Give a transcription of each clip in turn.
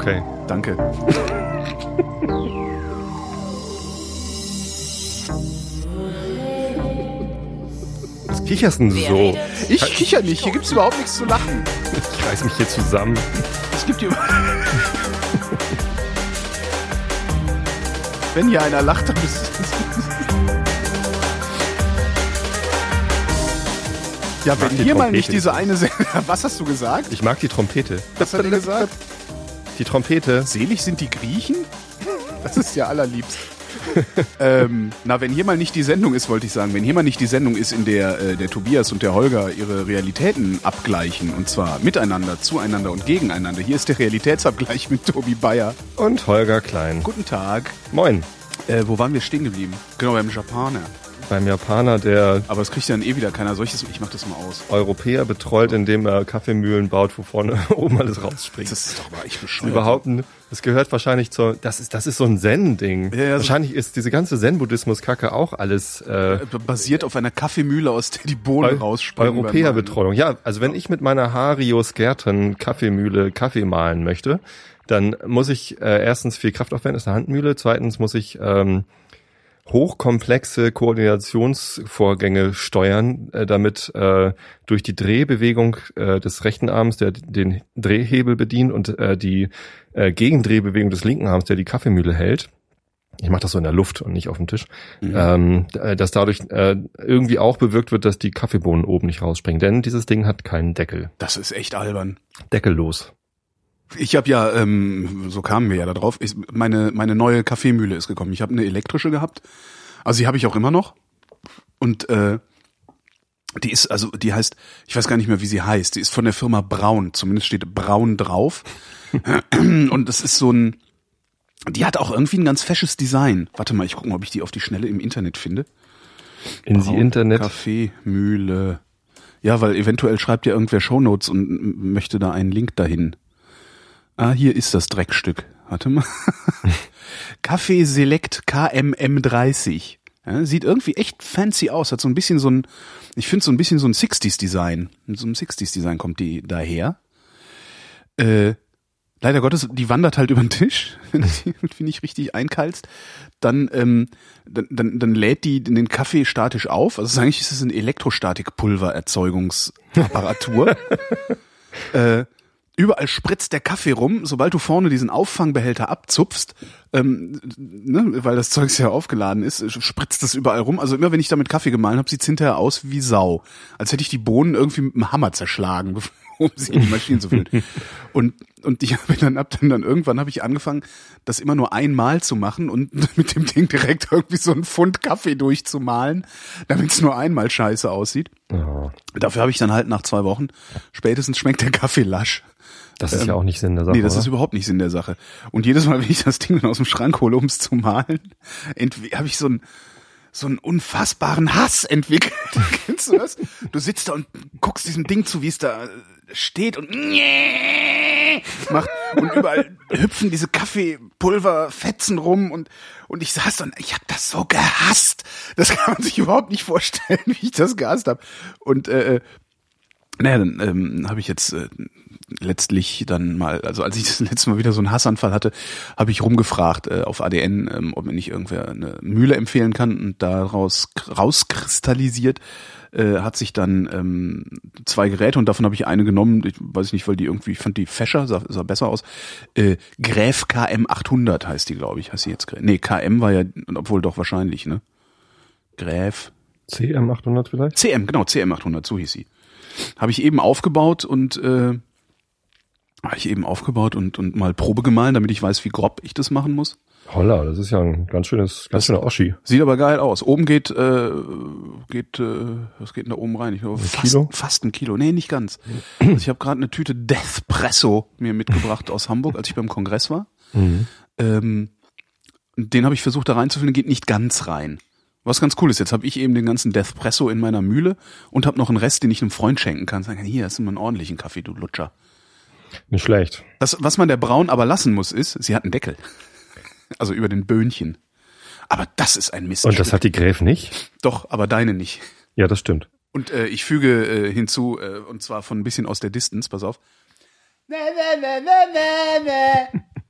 Okay. Danke. Was kicherst denn so? Ich kicher nicht, hier gibt's überhaupt nichts zu lachen. Ich reiß mich hier zusammen. Es gibt hier... Wenn hier einer lacht, dann ist ja, wenn hier mal nicht diese eine... Was hast du gesagt? Ich mag die Trompete. Was hat er gesagt? Die Trompete. Selig sind die Griechen? Das ist ja allerliebst. Wenn hier mal nicht die Sendung ist, wollte ich sagen, wenn hier mal nicht die Sendung ist, in der der Tobias und der Holger ihre Realitäten abgleichen, und zwar miteinander, zueinander und gegeneinander. Hier ist der Realitätsabgleich mit Tobi Bayer. Und Holger Klein. Guten Tag. Moin. Wo waren wir stehen geblieben? Genau, beim Japaner. Beim Japaner, der Aber das kriegt ja dann eh wieder keiner. Ich mach das mal aus. Europäer betrollt, indem er Kaffeemühlen baut, wo vorne oben alles rausspringt. Das ist doch mal echt bescheuert. Überhaupt, das gehört wahrscheinlich zur, das ist so ein Zen-Ding. Ja, wahrscheinlich ist diese ganze Zen-Buddhismus-Kacke auch alles, basiert auf einer Kaffeemühle, aus der die Bohnen rausspringen. Europäerbetreuung. Ja, also wenn ich mit meiner Harius Gärten Kaffeemühle Kaffee mahlen möchte, dann muss ich erstens viel Kraft aufwenden, ist eine Handmühle. Zweitens muss ich hochkomplexe Koordinationsvorgänge steuern, damit durch die Drehbewegung des rechten Arms, der den Drehhebel bedient, und die Gegendrehbewegung des linken Arms, der die Kaffeemühle hält. Ich mache das so in der Luft und nicht auf dem Tisch. Dass dadurch irgendwie auch bewirkt wird, dass die Kaffeebohnen oben nicht rausspringen. Denn dieses Ding hat keinen Deckel. Das ist echt albern. Deckellos. Ich habe ja, so kamen wir ja da drauf, meine neue Kaffeemühle ist gekommen. Ich habe eine elektrische gehabt, also die habe ich auch immer noch. Und die heißt, ich weiß gar nicht mehr, wie sie heißt. Die ist von der Firma Braun, zumindest steht Braun drauf. Und das ist die hat auch irgendwie ein ganz fesches Design. Warte mal, ich gucke mal, ob ich die auf die Schnelle im Internet finde. Internet. Kaffeemühle. Ja, weil eventuell schreibt ja irgendwer Shownotes und möchte da einen Link dahin. Hier ist das Dreckstück. Warte mal. Kaffee Select KMM30. Ja, sieht irgendwie echt fancy aus. Hat so ein bisschen ich finde so ein bisschen so ein 60s-Design. Mit so einem 60s-Design kommt die daher. Leider Gottes, die wandert halt über den Tisch, wenn du die nicht richtig einkalst. Dann lädt die den Kaffee statisch auf. Also eigentlich ist es eine Elektrostatikpulvererzeugungsapparatur. Überall spritzt der Kaffee rum, sobald du vorne diesen Auffangbehälter abzupfst, weil das Zeug ja aufgeladen ist, spritzt das überall rum. Also immer wenn ich damit Kaffee gemahlen habe, sieht's hinterher aus wie Sau. Als hätte ich die Bohnen irgendwie mit einem Hammer zerschlagen, um sie in die Maschinen zu füllen. Und ich habe dann irgendwann habe ich angefangen, das immer nur einmal zu machen und mit dem Ding direkt irgendwie so einen Pfund Kaffee durchzumahlen, damit es nur einmal scheiße aussieht. Ja. Dafür habe ich dann halt nach 2 Wochen, spätestens schmeckt der Kaffee lasch. Das ist ja auch nicht Sinn der Sache. Nee, das ist überhaupt nicht Sinn der Sache. Und jedes Mal, wenn ich das Ding dann aus dem Schrank hole, um es zu mahlen, habe ich so einen unfassbaren Hass entwickelt. Kennst du das? Du sitzt da und guckst diesem Ding zu, wie es da steht und macht und überall hüpfen diese Kaffeepulverfetzen rum und ich saß da und ich habe das so gehasst. Das kann man sich überhaupt nicht vorstellen, wie ich das gehasst habe. Und dann habe ich jetzt letztlich dann mal, also als ich das letzte Mal wieder so einen Hassanfall hatte, habe ich rumgefragt auf ADN, ob mir nicht irgendwer eine Mühle empfehlen kann, und daraus rauskristallisiert hat sich dann 2 Geräte, und davon habe ich eine genommen, ich weiß nicht, weil die irgendwie, ich fand die fescher, sah besser aus. Gräf KM 800 heißt die, glaube ich, heißt sie jetzt. Nee, KM war ja, obwohl doch wahrscheinlich, ne? Gräf. CM 800 vielleicht? CM 800, so hieß sie. Habe ich eben aufgebaut und mal Probe gemahlen, damit ich weiß, wie grob ich das machen muss. Holla, das ist ja ein ganz schöner Oschi. Sieht aber geil aus. Oben was geht denn da oben rein? Ich glaube, fast ein Kilo. Nee, nicht ganz. Also ich habe gerade eine Tüte Deathpresso mir mitgebracht aus Hamburg, als ich beim Kongress war. Mhm. Den habe ich versucht da reinzufüllen, geht nicht ganz rein. Was ganz cool ist, jetzt habe ich eben den ganzen Deathpresso in meiner Mühle und habe noch einen Rest, den ich einem Freund schenken kann. Sagen, hier, hast du mal einen ordentlichen Kaffee, du Lutscher. Nicht schlecht. Was man der Braun aber lassen muss, ist, sie hat einen Deckel. Also über den Böhnchen. Aber das ist ein Mist. Und das hat die Gräf nicht? Doch, aber deine nicht. Ja, das stimmt. Und ich füge hinzu, und zwar von ein bisschen aus der Distance, pass auf.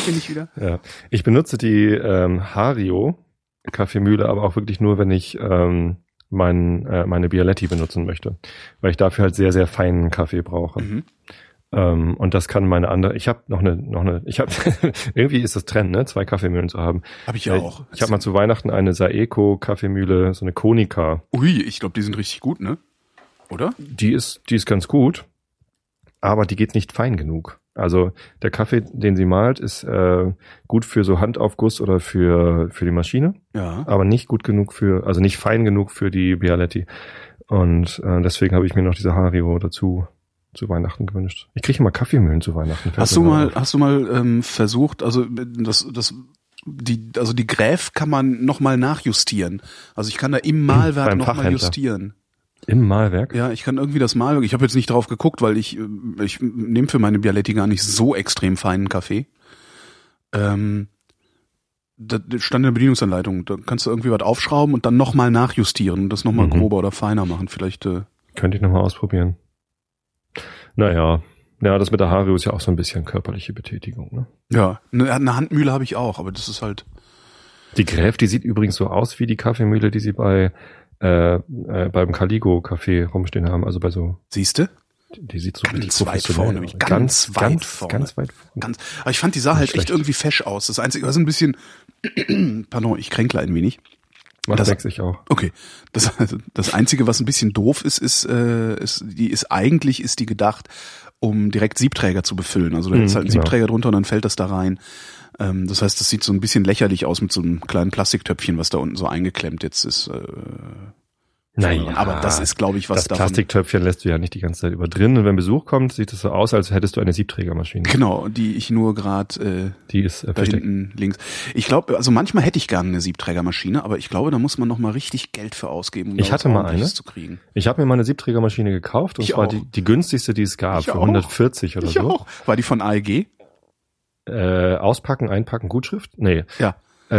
bin ich wieder. Ja. Ich benutze die Hario Kaffeemühle, aber auch wirklich nur, wenn ich meine Bialetti benutzen möchte, weil ich dafür halt sehr, sehr feinen Kaffee brauche. Mhm. Und das kann meine andere, ich habe noch eine, ich habe, irgendwie ist das Trend, ne, 2 Kaffeemühlen zu haben. Habe ich auch. Ich habe mal zu Weihnachten eine Saeco Kaffeemühle, so eine Konica. Ui, ich glaube, die sind richtig gut, ne? Oder? Die ist ganz gut, aber die geht nicht fein genug. Also der Kaffee, den sie malt, ist gut für so Handaufguss oder für die Maschine, Ja. aber nicht gut genug also nicht fein genug für die Bialetti. Und deswegen habe ich mir noch diese Hario dazu zu Weihnachten gewünscht. Ich kriege immer Kaffeemühlen zu Weihnachten. Hast du mal versucht, also die Gräf kann man nochmal nachjustieren. Also ich kann da im Mahlwerk nochmal justieren. Im Mahlwerk? Ja, ich kann irgendwie das Mahlwerk, ich habe jetzt nicht drauf geguckt, weil ich nehme für meine Bialetti gar nicht so extrem feinen Kaffee. Da stand in der Bedienungsanleitung, da kannst du irgendwie was aufschrauben und dann nochmal nachjustieren und das nochmal grober oder feiner machen. Vielleicht könnte ich nochmal ausprobieren. Naja, das mit der Hario ist ja auch so ein bisschen körperliche Betätigung, ne? Ja, eine Handmühle habe ich auch, aber das ist halt... Die Gräf, die sieht übrigens so aus wie die Kaffeemühle, die sie beim Caligo Café rumstehen haben, also bei so... Siehste? Die sieht so ganz weit vorne, ganz weit vorne. Aber ich fand, die sah halt echt irgendwie fesch aus. Das Einzige, was ein bisschen... Pardon, ich kränkle ein wenig. Das ich auch. Okay. Das Einzige, was ein bisschen doof ist die gedacht, um direkt Siebträger zu befüllen. Also da ist halt ein Siebträger drunter und dann fällt das da rein. Das heißt, das sieht so ein bisschen lächerlich aus mit so einem kleinen Plastiktöpfchen, was da unten so eingeklemmt jetzt ist. Naja, aber das ist, glaube ich, was das Plastiktöpfchen lässt du ja nicht die ganze Zeit über drin. Und wenn Besuch kommt, sieht es so aus, als hättest du eine Siebträgermaschine. Genau, die ich nur gerade die ist da hinten links. Ich glaube, also manchmal hätte ich gerne eine Siebträgermaschine, aber ich glaube, da muss man noch mal richtig Geld für ausgeben, um ich hatte mal eine zu kriegen. Ich habe mir mal eine Siebträgermaschine gekauft und zwar die günstigste, die es gab, für 140 oder so. Auch. War die von AEG? Auspacken, einpacken, Gutschrift? Nee. Ja.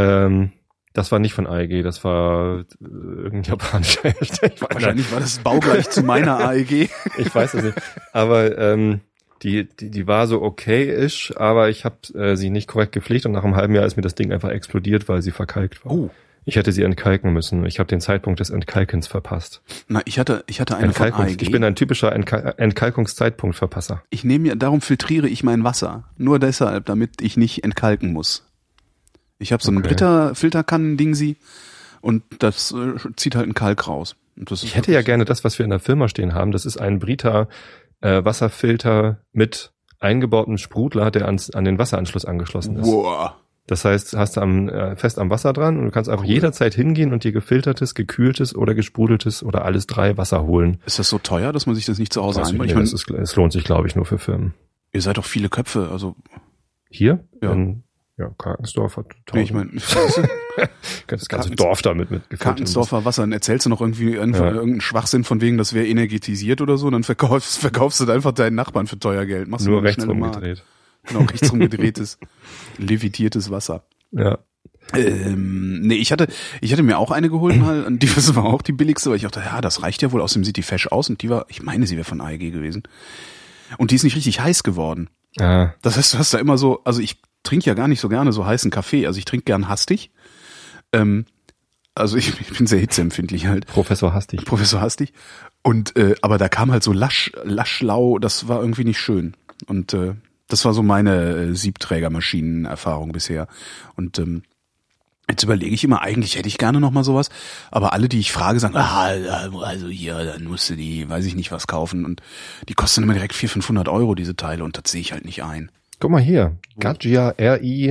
Das war nicht von AEG, das war irgendein japanischer Hersteller. Wahrscheinlich war das baugleich zu meiner AEG. Ich weiß es nicht. Aber die war so okay-ish, aber ich habe sie nicht korrekt gepflegt und nach einem halben Jahr ist mir das Ding einfach explodiert, weil sie verkalkt war. Oh. Ich hätte sie entkalken müssen. Ich habe den Zeitpunkt des Entkalkens verpasst. Na, ich hatte eine von AEG. Ich bin ein typischer Entkalkungszeitpunktverpasser. Darum filtriere ich mein Wasser. Nur deshalb, damit ich nicht entkalken muss. Ich habe so einen Filterkannen-Dingsi und das zieht halt einen Kalk raus. Und das ist ich hätte ja gerne das, was wir in der Firma stehen haben. Das ist ein Brita Wasserfilter mit eingebautem Sprudler, der an den Wasseranschluss angeschlossen ist. Wow. Das heißt, hast du fest am Wasser dran und du kannst einfach jederzeit hingehen und dir gefiltertes, gekühltes oder gesprudeltes oder alles 3 Wasser holen. Ist das so teuer, dass man sich das nicht zu Hause einbaut? Es lohnt sich, glaube ich, nur für Firmen. Ihr seid doch viele Köpfe, also... Hier? Ja. Karkensdorf hat 1000. Nee, ich meine, das ganze Dorf damit mitgefüllt. Karkensdorfer Wasser, dann erzählst du noch irgendwie irgendeinen Schwachsinn von wegen, das wäre energetisiert oder so, und dann verkaufst du dann einfach deinen Nachbarn für teuer Geld. Machst nur rechts rumgedreht. Genau, rechts rumgedrehtes, levitiertes Wasser. Ja. Nee, ich hatte mir auch eine geholt mal, und die war auch die billigste, weil ich dachte, ja, das reicht ja wohl, außerdem sieht die fesch aus, und ich meine, sie wäre von AEG gewesen. Und die ist nicht richtig heiß geworden. Ah. Das heißt, du hast da immer so, also ich trinke ja gar nicht so gerne so heißen Kaffee, also ich trinke gern hastig. Also ich bin sehr hitzeempfindlich halt. Professor Hastig. Und aber da kam halt so laschlau, das war irgendwie nicht schön. Und das war so meine Siebträgermaschinenerfahrung bisher. Und jetzt überlege ich immer, eigentlich hätte ich gerne noch mal sowas, aber alle, die ich frage, sagen, also hier, dann musst du die, weiß ich nicht, was kaufen, und die kosten immer direkt 400-500 Euro, diese Teile, und das sehe ich halt nicht ein. Guck mal hier, Gaggia RI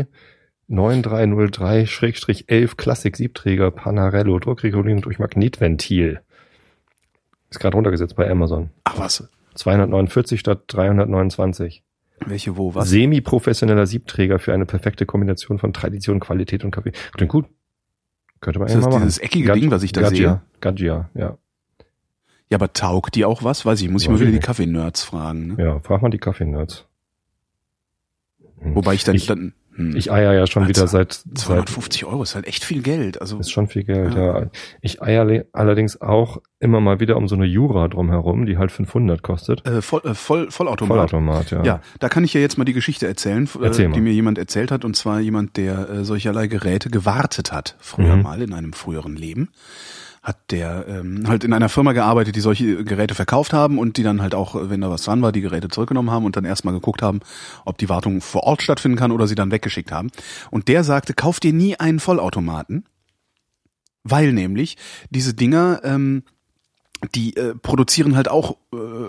9303-11 Classic Siebträger Panarello Druckregulierung durch Magnetventil. Ist gerade runtergesetzt bei Amazon. Ach was? 249 statt 329. Welche, wo, was? Semi-professioneller Siebträger für eine perfekte Kombination von Tradition, Qualität und Kaffee. Klingt gut. Könnte man eigentlich mal machen. Das ist dieses eckige Ding, was ich da sehe? Gaggia, ja. Ja, aber taugt die auch was? Weiß ich, muss ich mal wieder die Kaffee-Nerds fragen. Ne? Ja, frag mal die Kaffee-Nerds. Wobei ich dann Ich eier ja schon wieder seit 250 € ist halt echt viel Geld. Also ist schon viel Geld, ja. Ich eier allerdings auch immer mal wieder um so eine Jura drumherum, die halt 500 kostet. Vollautomat. Vollautomat, ja. Ja, da kann ich ja jetzt mal die Geschichte erzählen, Erzähl mal. die mir jemand erzählt hat, und zwar jemand, der solcherlei Geräte gewartet hat, früher mal in einem früheren Leben. Hat der halt in einer Firma gearbeitet, die solche Geräte verkauft haben und die dann halt auch, wenn da was dran war, die Geräte zurückgenommen haben und dann erstmal geguckt haben, ob die Wartung vor Ort stattfinden kann oder sie dann weggeschickt haben. Und der sagte, kauf dir nie einen Vollautomaten, weil nämlich diese Dinger, die produzieren halt auch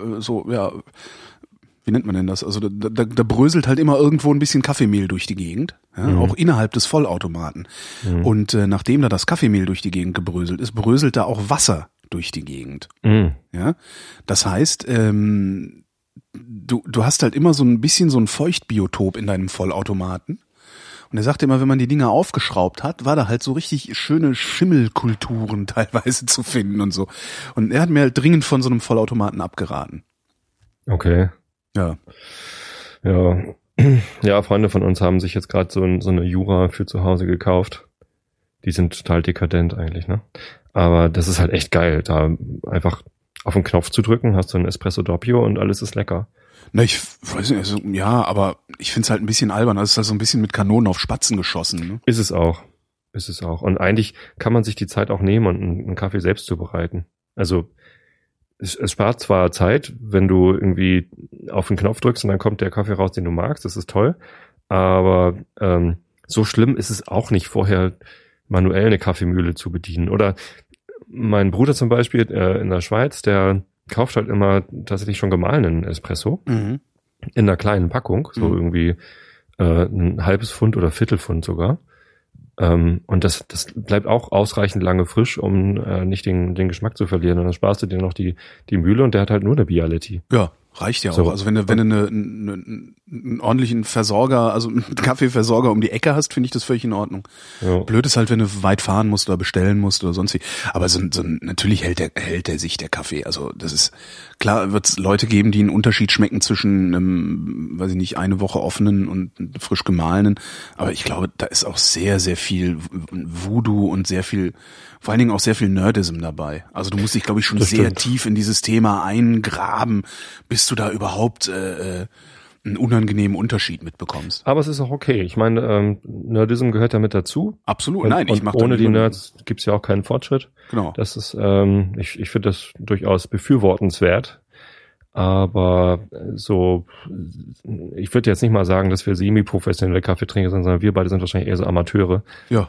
wie nennt man denn das? Also da bröselt halt immer irgendwo ein bisschen Kaffeemehl durch die Gegend, ja, auch innerhalb des Vollautomaten. Und nachdem da das Kaffeemehl durch die Gegend gebröselt ist, bröselt da auch Wasser durch die Gegend. Ja, das heißt, du hast halt immer so ein bisschen so ein Feuchtbiotop in deinem Vollautomaten. Und er sagte immer, wenn man die Dinger aufgeschraubt hat, war da halt so richtig schöne Schimmelkulturen teilweise zu finden und so. Und er hat mir halt dringend von so einem Vollautomaten abgeraten. Okay. Ja. Ja, Freunde von uns haben sich jetzt gerade so eine Jura für zu Hause gekauft. Die sind total dekadent eigentlich, ne? Aber das ist halt echt geil, da einfach auf den Knopf zu drücken, hast du ein Espresso Doppio und alles ist lecker. Na, ich weiß nicht, also, ja, aber ich find's halt ein bisschen albern. Das ist halt so ein bisschen mit Kanonen auf Spatzen geschossen, ne? Ist es auch. Und eigentlich kann man sich die Zeit auch nehmen und einen Kaffee selbst zubereiten. Also es spart zwar Zeit, wenn du irgendwie auf den Knopf drückst und dann kommt der Kaffee raus, den du magst, das ist toll, aber so schlimm ist es auch nicht, vorher manuell eine Kaffeemühle zu bedienen. Oder mein Bruder zum Beispiel in der Schweiz, der kauft halt immer tatsächlich schon gemahlenen Espresso in einer kleinen Packung, so irgendwie ein halbes Pfund oder Viertelpfund sogar. Und das bleibt auch ausreichend lange frisch, um nicht den Geschmack zu verlieren. Und dann sparst du dir noch die Mühle und der hat halt nur eine Bialetti. Ja, reicht ja auch. So. Also wenn du einen ordentlichen Versorger, also einen Kaffeeversorger um die Ecke hast, finde ich das völlig in Ordnung. Ja. Blöd ist halt, wenn du weit fahren musst oder bestellen musst oder sonst wie. Aber natürlich hält der sich, der Kaffee. Also das ist klar, wird es Leute geben, die einen Unterschied schmecken zwischen einem, weiß ich nicht, eine Woche offenen und frisch gemahlenen. Aber ich glaube, da ist auch sehr, sehr viel Voodoo und sehr viel, vor allen Dingen auch sehr viel Nerdism dabei. Also du musst dich, glaube ich, schon sehr tief in dieses Thema eingraben, bis du da überhaupt einen unangenehmen Unterschied mitbekommst. Aber es ist auch okay. Ich meine, Nerdism gehört ja mit dazu. Absolut. Und, nein, ich mache ohne die Nerds gibt's ja auch keinen Fortschritt. Genau. Das ist, ich finde das durchaus befürwortenswert. Aber so, ich würde jetzt nicht mal sagen, dass wir semi-professionelle Kaffeetrinker sind, sondern wir beide sind wahrscheinlich eher so Amateure. Ja.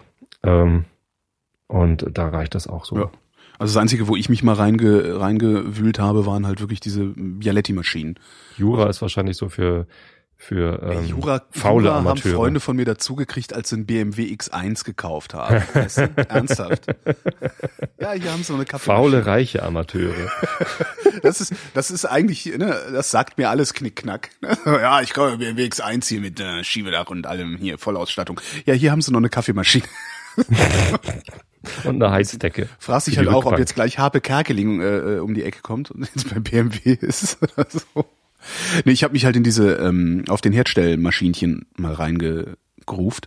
Und da reicht das auch so. Ja. Also das Einzige, wo ich mich mal reingewühlt habe, waren halt wirklich diese Bialetti-Maschinen. Jura ist wahrscheinlich so für Jura faule Amateure. Haben Freunde von mir dazugekriegt, als sie einen BMW X1 gekauft haben. Weißt du? Ernsthaft. Ja, hier haben sie so eine Kaffeemaschine. Faule, reiche Amateure. Das ist eigentlich, ne, das sagt mir alles Knickknack. Ja, ich komme BMW X1 hier mit Schiebedach und allem hier, Vollausstattung. Ja, hier haben sie noch eine Kaffeemaschine. Und eine Heizdecke. Fragst dich halt auch, ob jetzt gleich Harpe Kerkeling um die Ecke kommt und jetzt bei BMW ist oder so. Nee, ich habe mich halt in diese auf den Herdstellmaschinchen mal reingegruft,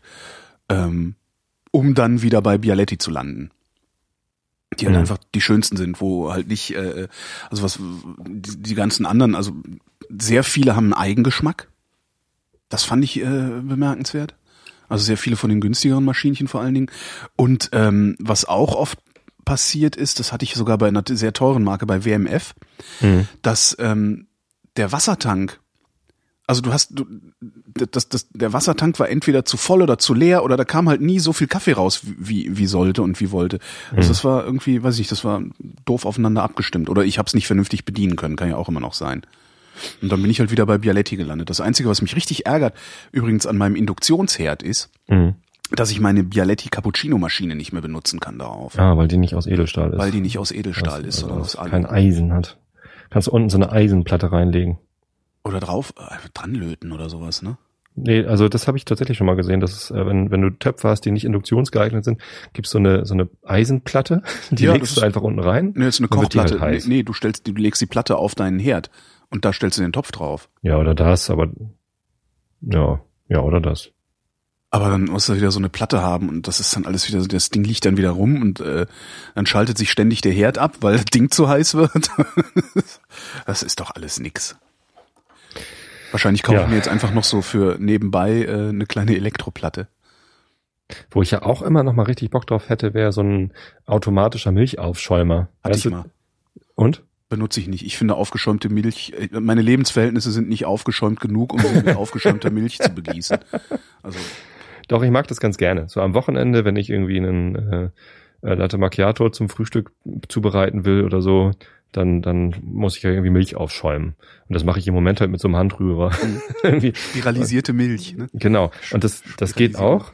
um dann wieder bei Bialetti zu landen. Die halt einfach die schönsten sind, wo halt nicht, also was die ganzen anderen, also sehr viele haben einen Eigengeschmack. Das fand ich bemerkenswert. Also sehr viele von den günstigeren Maschinchen vor allen Dingen. Und was auch oft passiert ist, das hatte ich sogar bei einer sehr teuren Marke, bei WMF, dass der Wassertank, also der Wassertank war entweder zu voll oder zu leer oder da kam halt nie so viel Kaffee raus, wie sollte und wie wollte. Also das war irgendwie, weiß ich nicht, das war doof aufeinander abgestimmt. Oder ich habe es nicht vernünftig bedienen können, kann ja auch immer noch sein. Und dann bin ich halt wieder bei Bialetti gelandet. Das Einzige, was mich richtig ärgert, übrigens an meinem Induktionsherd ist, dass ich meine Bialetti Cappuccino-Maschine nicht mehr benutzen kann darauf. Ah, weil die nicht aus Edelstahl ist. Weil die nicht aus Edelstahl ist, sondern aus kein Eisen hat. Kannst du unten so eine Eisenplatte reinlegen. Oder drauf dranlöten oder sowas, ne? Nee, also das habe ich tatsächlich schon mal gesehen, dass es, wenn du Töpfe hast, die nicht induktionsgeeignet sind, gibt's so eine Eisenplatte, die legst du einfach unten rein. Nee, das ist eine Kochplatte. Nee, du legst die Platte auf deinen Herd und da stellst du den Topf drauf. Ja, oder das, aber ja, oder das. Aber dann musst du wieder so eine Platte haben und das ist dann alles wieder, das Ding liegt dann wieder rum und dann schaltet sich ständig der Herd ab, weil das Ding zu heiß wird. Das ist doch alles nix. Wahrscheinlich kaufe ich mir jetzt einfach noch so für nebenbei eine kleine Elektroplatte. Wo ich ja auch immer noch mal richtig Bock drauf hätte, wäre so ein automatischer Milchaufschäumer. Hatte ich mal. Und? Benutze ich nicht. Ich finde aufgeschäumte Milch, meine Lebensverhältnisse sind nicht aufgeschäumt genug, um sie mit aufgeschäumter Milch zu begießen. Also Doch, ich mag das ganz gerne. So am Wochenende, wenn ich irgendwie einen Latte Macchiato zum Frühstück zubereiten will oder so, dann muss ich ja irgendwie Milch aufschäumen. Und das mache ich im Moment halt mit so einem Handrührer. Irgendwie. Viralisierte Milch, ne? Genau. Und das geht auch.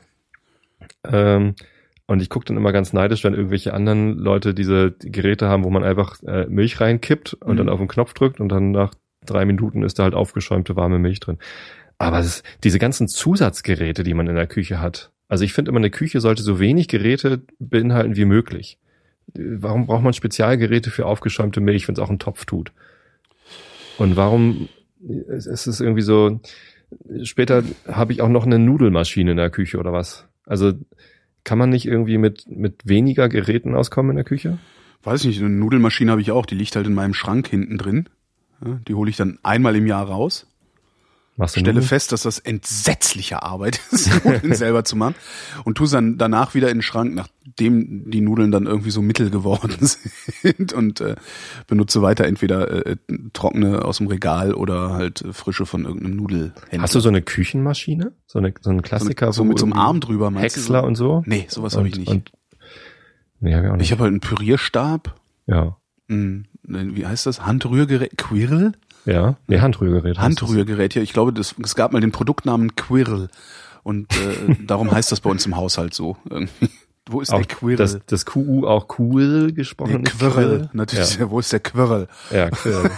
Und ich gucke dann immer ganz neidisch, wenn irgendwelche anderen Leute diese Geräte haben, wo man einfach Milch reinkippt und dann auf den Knopf drückt und dann nach 3 Minuten ist da halt aufgeschäumte warme Milch drin. Aber diese ganzen Zusatzgeräte, die man in der Küche hat. Also ich finde immer, eine Küche sollte so wenig Geräte beinhalten wie möglich. Warum braucht man Spezialgeräte für aufgeschäumte Milch, wenn es auch einen Topf tut? Und warum ist es irgendwie so, später habe ich auch noch eine Nudelmaschine in der Küche oder was? Also kann man nicht irgendwie mit weniger Geräten auskommen in der Küche? Weiß ich nicht, eine Nudelmaschine habe ich auch, die liegt halt in meinem Schrank hinten drin. Ja, die hole ich dann einmal im Jahr raus. Stelle fest, dass das entsetzliche Arbeit ist, Nudeln selber zu machen und tue dann danach wieder in den Schrank, nachdem die Nudeln dann irgendwie so mittel geworden sind und benutze weiter entweder trockene aus dem Regal oder halt frische von irgendeinem Nudelhändler. Hast du so eine Küchenmaschine? So ein Klassiker? So mit so einem Arm drüber, meinst du? Häcksler und so? Nee, sowas habe ich nicht. Nee, hab ich auch nicht. Ich habe halt einen Pürierstab. Ja. Wie heißt das? Handrührgerät? Quirl? Ja, nee, Handrührgerät. Handrührgerät, ja. Ich glaube, es gab mal den Produktnamen Quirl. Und darum heißt das bei uns im Haushalt so. Irgendwie. Wo ist auch der Quirl? Das QU auch cool gesprochen? Nee, Quirl. Natürlich, ja. Wo ist der Quirl? Ja, Quirl.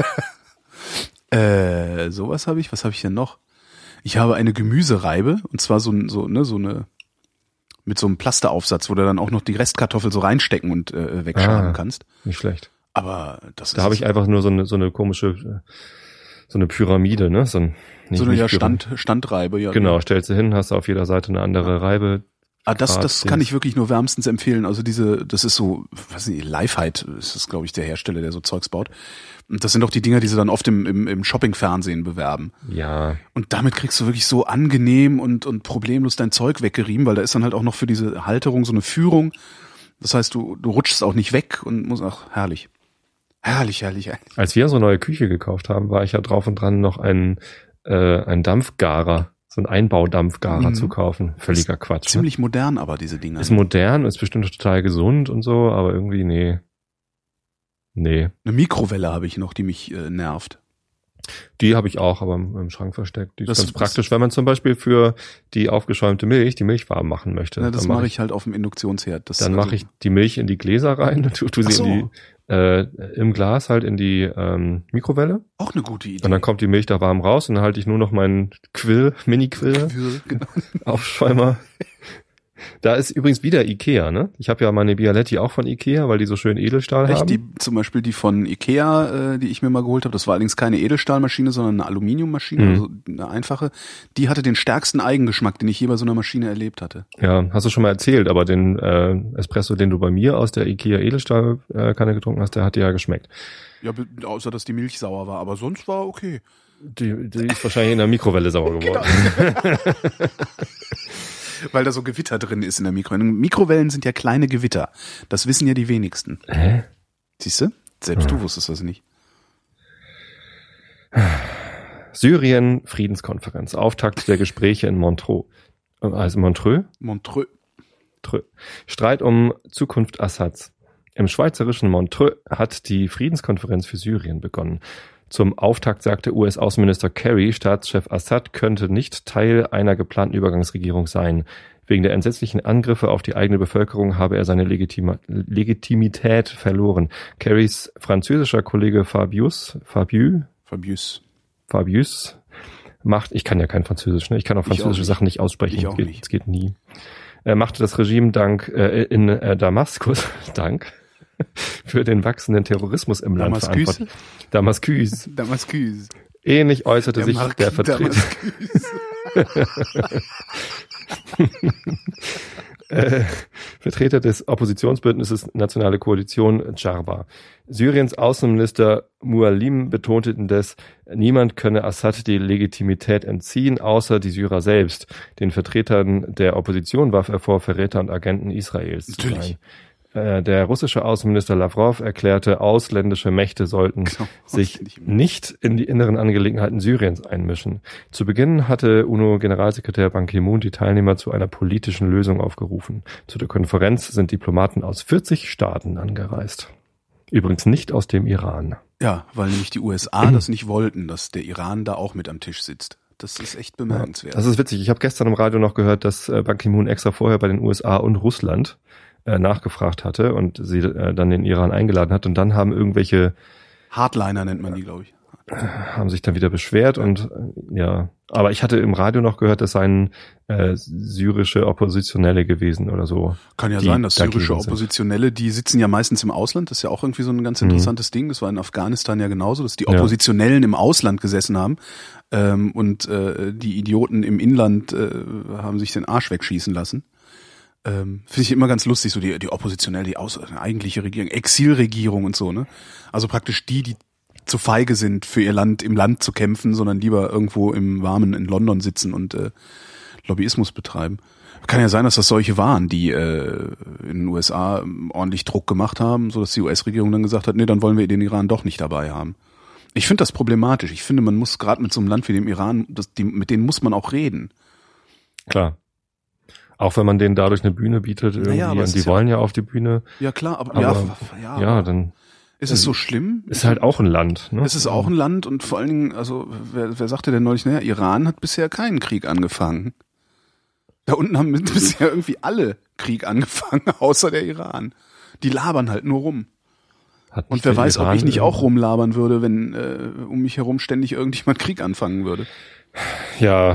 Sowas habe ich. Was habe ich denn noch? Ich habe eine Gemüsereibe. Und zwar so eine mit so einem Plasteraufsatz, wo du dann auch noch die Restkartoffel so reinstecken und wegschaben kannst. Nicht schlecht. Aber das da habe ich einfach nur so eine komische, so eine Pyramide, ne? So eine Standreibe, ja. Genau, stellst du hin, hast auf jeder Seite eine andere Reibe. Das kann ich wirklich nur wärmstens empfehlen. Also das ist so, weiß nicht, Lifeheit ist das, glaube ich, der Hersteller, der so Zeugs baut. Und das sind auch die Dinger, die sie dann oft im Shopping-Fernsehen bewerben. Ja. Und damit kriegst du wirklich so angenehm und problemlos dein Zeug weggerieben, weil da ist dann halt auch noch für diese Halterung so eine Führung. Das heißt, du rutschst auch nicht weg und musst herrlich. Herrlich. Als wir so eine neue Küche gekauft haben, war ich ja drauf und dran, noch einen Dampfgarer, so einen Einbaudampfgarer zu kaufen. Völliger Quatsch. Ziemlich modern aber, diese Dinger. Ist modern, ist bestimmt total gesund und so, aber irgendwie nee. Eine Mikrowelle habe ich noch, die mich nervt. Die habe ich auch, aber im Schrank versteckt. Die ist ganz praktisch, wenn man zum Beispiel für die aufgeschäumte Milch die Milch warm machen möchte. Ja, das mache ich halt auf dem Induktionsherd. Dann mache ich die Milch in die Gläser rein, tu sie im Glas halt in die Mikrowelle. Auch eine gute Idee. Und dann kommt die Milch da warm raus und dann halte ich nur noch meinen Mini-Quill, genau. Aufschäumer. Da ist übrigens wieder Ikea, ne? Ich habe ja meine Bialetti auch von Ikea, weil die so schön Edelstahl haben. Zum Beispiel die von Ikea, die ich mir mal geholt habe, das war allerdings keine Edelstahlmaschine, sondern eine Aluminiummaschine, also eine einfache. Die hatte den stärksten Eigengeschmack, den ich je bei so einer Maschine erlebt hatte. Ja, hast du schon mal erzählt, aber den Espresso, den du bei mir aus der Ikea Edelstahlkanne getrunken hast, der hat dir ja geschmeckt. Ja, außer dass die Milch sauer war, aber sonst war okay. Die ist wahrscheinlich in der Mikrowelle sauer geworden. Genau. Weil da so Gewitter drin ist in der Mikrowelle. Mikrowellen sind ja kleine Gewitter. Das wissen ja die wenigsten. Hä? Siehst du? Selbst du wusstest das nicht. Syrien, Friedenskonferenz. Auftakt der Gespräche in Montreux. Also Montreux? Montreux. Streit um Zukunft Assads. Im schweizerischen Montreux hat die Friedenskonferenz für Syrien begonnen. Zum Auftakt sagte US-Außenminister Kerry, Staatschef Assad könnte nicht Teil einer geplanten Übergangsregierung sein. Wegen der entsetzlichen Angriffe auf die eigene Bevölkerung habe er seine Legitimität verloren. Kerrys französischer Kollege Fabius macht, ich kann ja kein Französisch, ne? Ich kann auch französische Sachen nicht aussprechen. Es geht nie. Er machte das Regime in Damaskus für den wachsenden Terrorismus im Land verantwortlich. Damaskus. Ähnlich äußerte sich der Vertreter. Vertreter des Oppositionsbündnisses Nationale Koalition Dscharba. Syriens Außenminister Muallim betonte indes, niemand könne Assad die Legitimität entziehen, außer die Syrer selbst. Den Vertretern der Opposition warf er vor, Verräter und Agenten Israels zu sein. Der russische Außenminister Lavrov erklärte, ausländische Mächte sollten sich nicht in die inneren Angelegenheiten Syriens einmischen. Zu Beginn hatte UNO-Generalsekretär Ban Ki-moon die Teilnehmer zu einer politischen Lösung aufgerufen. Zu der Konferenz sind Diplomaten aus 40 Staaten angereist. Übrigens nicht aus dem Iran. Ja, weil nämlich die USA das nicht wollten, dass der Iran da auch mit am Tisch sitzt. Das ist echt bemerkenswert. Das ist witzig. Ich habe gestern im Radio noch gehört, dass Ban Ki-moon extra vorher bei den USA und Russland nachgefragt hatte und sie dann den Iran eingeladen hat und dann haben irgendwelche Hardliner nennt man die, glaube ich. Haben sich dann wieder beschwert und ja, aber ich hatte im Radio noch gehört, das seien syrische Oppositionelle gewesen oder so. Kann ja sein, dass syrische Oppositionelle, die sitzen ja meistens im Ausland, das ist ja auch irgendwie so ein ganz interessantes Ding, das war in Afghanistan ja genauso, dass die Oppositionellen im Ausland gesessen haben und die Idioten im Inland haben sich den Arsch wegschießen lassen. Finde ich immer ganz lustig, so die Oppositionelle, die eigentliche Regierung, Exilregierung und so, ne? Also praktisch die zu feige sind, für ihr Land im Land zu kämpfen, sondern lieber irgendwo im Warmen in London sitzen und Lobbyismus betreiben. Kann ja sein, dass das solche waren, die in den USA ordentlich Druck gemacht haben, so dass die US-Regierung dann gesagt hat, nee, dann wollen wir den Iran doch nicht dabei haben. Ich finde das problematisch. Ich finde, man muss gerade mit so einem Land wie dem Iran, mit denen muss man auch reden. Klar. Auch wenn man denen dadurch eine Bühne bietet, irgendwie, und die wollen ja auf die Bühne. Ja klar, aber dann ist es so schlimm? Ist halt auch ein Land. Ne? Es ist auch ein Land und vor allen Dingen, also wer sagte denn neulich, naja, Iran hat bisher keinen Krieg angefangen. Da unten haben bisher irgendwie alle Krieg angefangen, außer der Iran. Die labern halt nur rum. Und wer weiß, ob ich nicht auch rumlabern würde, wenn um mich herum ständig irgendjemand Krieg anfangen würde. Ja.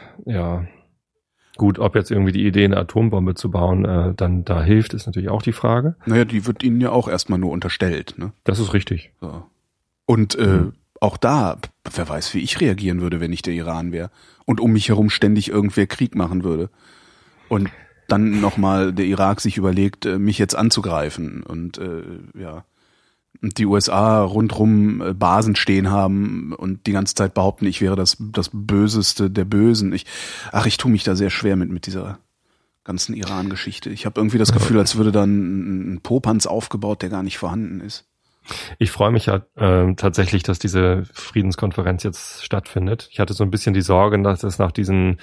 Gut, ob jetzt irgendwie die Idee, eine Atombombe zu bauen, dann da hilft, ist natürlich auch die Frage. Naja, die wird ihnen ja auch erstmal nur unterstellt, ne? Das ist richtig. So. Und auch da, wer weiß, wie ich reagieren würde, wenn ich der Iran wäre und um mich herum ständig irgendwer Krieg machen würde. Und dann nochmal der Irak sich überlegt, mich jetzt anzugreifen und und die USA rundrum Basen stehen haben und die ganze Zeit behaupten, ich wäre das Böseste der Bösen. Ich tue mich da sehr schwer mit dieser ganzen Iran-Geschichte. Ich habe irgendwie das Gefühl, als würde da ein Popanz aufgebaut, der gar nicht vorhanden ist. Ich freue mich ja tatsächlich, dass diese Friedenskonferenz jetzt stattfindet. Ich hatte so ein bisschen die Sorge, dass es nach diesen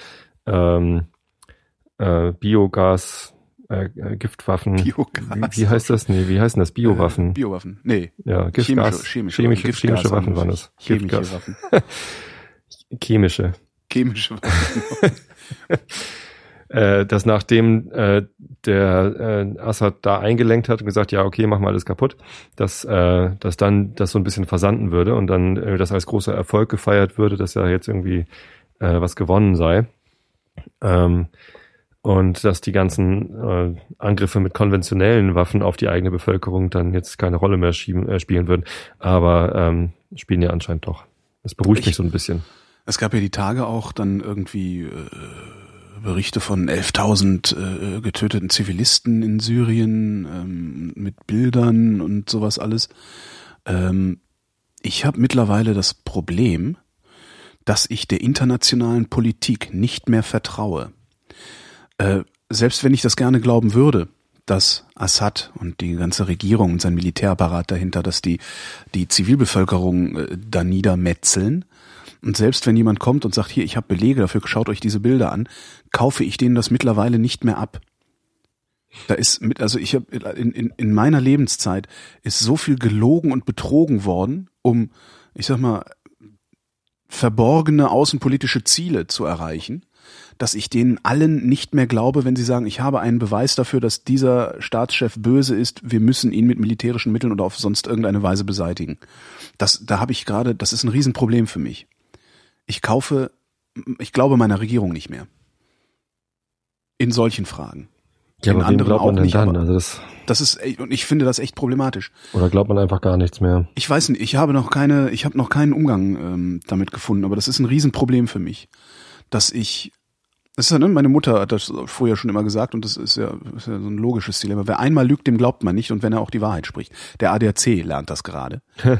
Biogas Giftwaffen. Biogas. Wie heißt das? Nee, wie heißen das? Biowaffen. Biowaffen. Nee. Ja, Giftgas. Chemische Waffen waren das. Chemische Waffen. Chemische Waffen. Dass nachdem der Assad da eingelenkt hat und gesagt, ja, okay, mach mal alles kaputt, dass dann das so ein bisschen versanden würde und dann das als großer Erfolg gefeiert würde, dass ja jetzt irgendwie was gewonnen sei. Und dass die ganzen Angriffe mit konventionellen Waffen auf die eigene Bevölkerung dann jetzt keine Rolle mehr spielen würden. Aber spielen ja anscheinend doch. Das beruhigt mich so ein bisschen. Es gab ja die Tage auch dann irgendwie Berichte von 11.000 getöteten Zivilisten in Syrien mit Bildern und sowas alles. Ich habe mittlerweile das Problem, dass ich der internationalen Politik nicht mehr vertraue. Selbst wenn ich das gerne glauben würde, dass Assad und die ganze Regierung und sein Militärapparat dahinter, dass die Zivilbevölkerung da niedermetzeln, und selbst wenn jemand kommt und sagt, hier, ich habe Belege dafür, schaut euch diese Bilder an, kaufe ich denen das mittlerweile nicht mehr ab. Ich habe in meiner Lebenszeit ist so viel gelogen und betrogen worden, um, ich sag mal, verborgene außenpolitische Ziele zu erreichen, dass ich denen allen nicht mehr glaube, wenn sie sagen, ich habe einen Beweis dafür, dass dieser Staatschef böse ist, wir müssen ihn mit militärischen Mitteln oder auf sonst irgendeine Weise beseitigen. Das ist ein Riesenproblem für mich. Ich glaube meiner Regierung nicht mehr. In solchen Fragen. Ja, in aber anderen glaubt man auch nicht. Dann? Also das ist, und ich finde das echt problematisch. Oder glaubt man einfach gar nichts mehr? Ich weiß nicht, ich habe noch keinen Umgang damit gefunden, aber das ist ein Riesenproblem für mich, dass ich Das ist ja, ne, meine Mutter hat das früher schon immer gesagt und das ist ja so ein logisches Dilemma. Wer einmal lügt, dem glaubt man nicht und wenn er auch die Wahrheit spricht. Der ADAC lernt das gerade.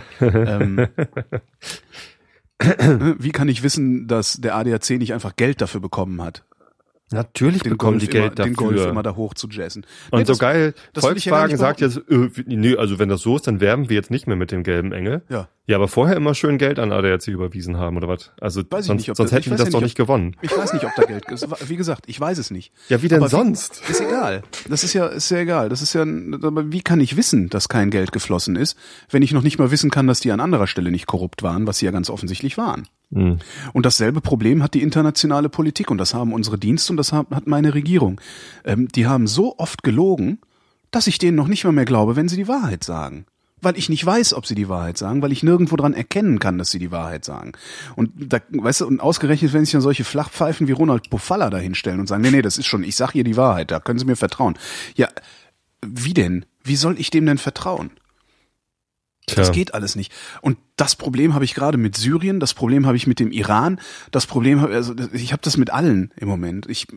Wie kann ich wissen, dass der ADAC nicht einfach Geld dafür bekommen hat? Natürlich bekommen die Geld dafür. Den Golf immer da hoch zu jazzen. Und nee, so geil, Volkswagen sagt jetzt, nee, also wenn das so ist, dann werben wir jetzt nicht mehr mit dem gelben Engel. Ja. Ja, aber vorher immer schön Geld an ADAC überwiesen haben, oder was? Also sonst hätten wir das doch nicht gewonnen. Ich weiß nicht, ob da Geld ist. Wie gesagt, ich weiß es nicht. Ja, wie denn aber sonst? Ist egal. Das ist ja egal. Das ist ja, aber wie kann ich wissen, dass kein Geld geflossen ist, wenn ich noch nicht mal wissen kann, dass die an anderer Stelle nicht korrupt waren, was sie ja ganz offensichtlich waren. Mhm. Und dasselbe Problem hat die internationale Politik und das haben unsere Dienste und das hat meine Regierung. Die haben so oft gelogen, dass ich denen noch nicht mal mehr glaube, wenn sie die Wahrheit sagen. Weil ich nicht weiß, ob sie die Wahrheit sagen, weil ich nirgendwo dran erkennen kann, dass sie die Wahrheit sagen. Und da, weißt du, und ausgerechnet, wenn sich dann solche Flachpfeifen wie Ronald Pofalla da hinstellen und sagen, nee, das ist schon, ich sag ihr die Wahrheit, da können Sie mir vertrauen. Ja, wie denn? Wie soll ich dem denn vertrauen? Tja. Das geht alles nicht. Und das Problem habe ich gerade mit Syrien, das Problem habe ich mit dem Iran, das Problem habe, also ich habe das mit allen im Moment. Ich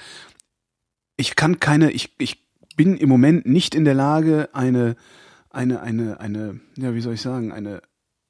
bin im Moment nicht in der Lage, eine, ja, wie soll ich sagen, eine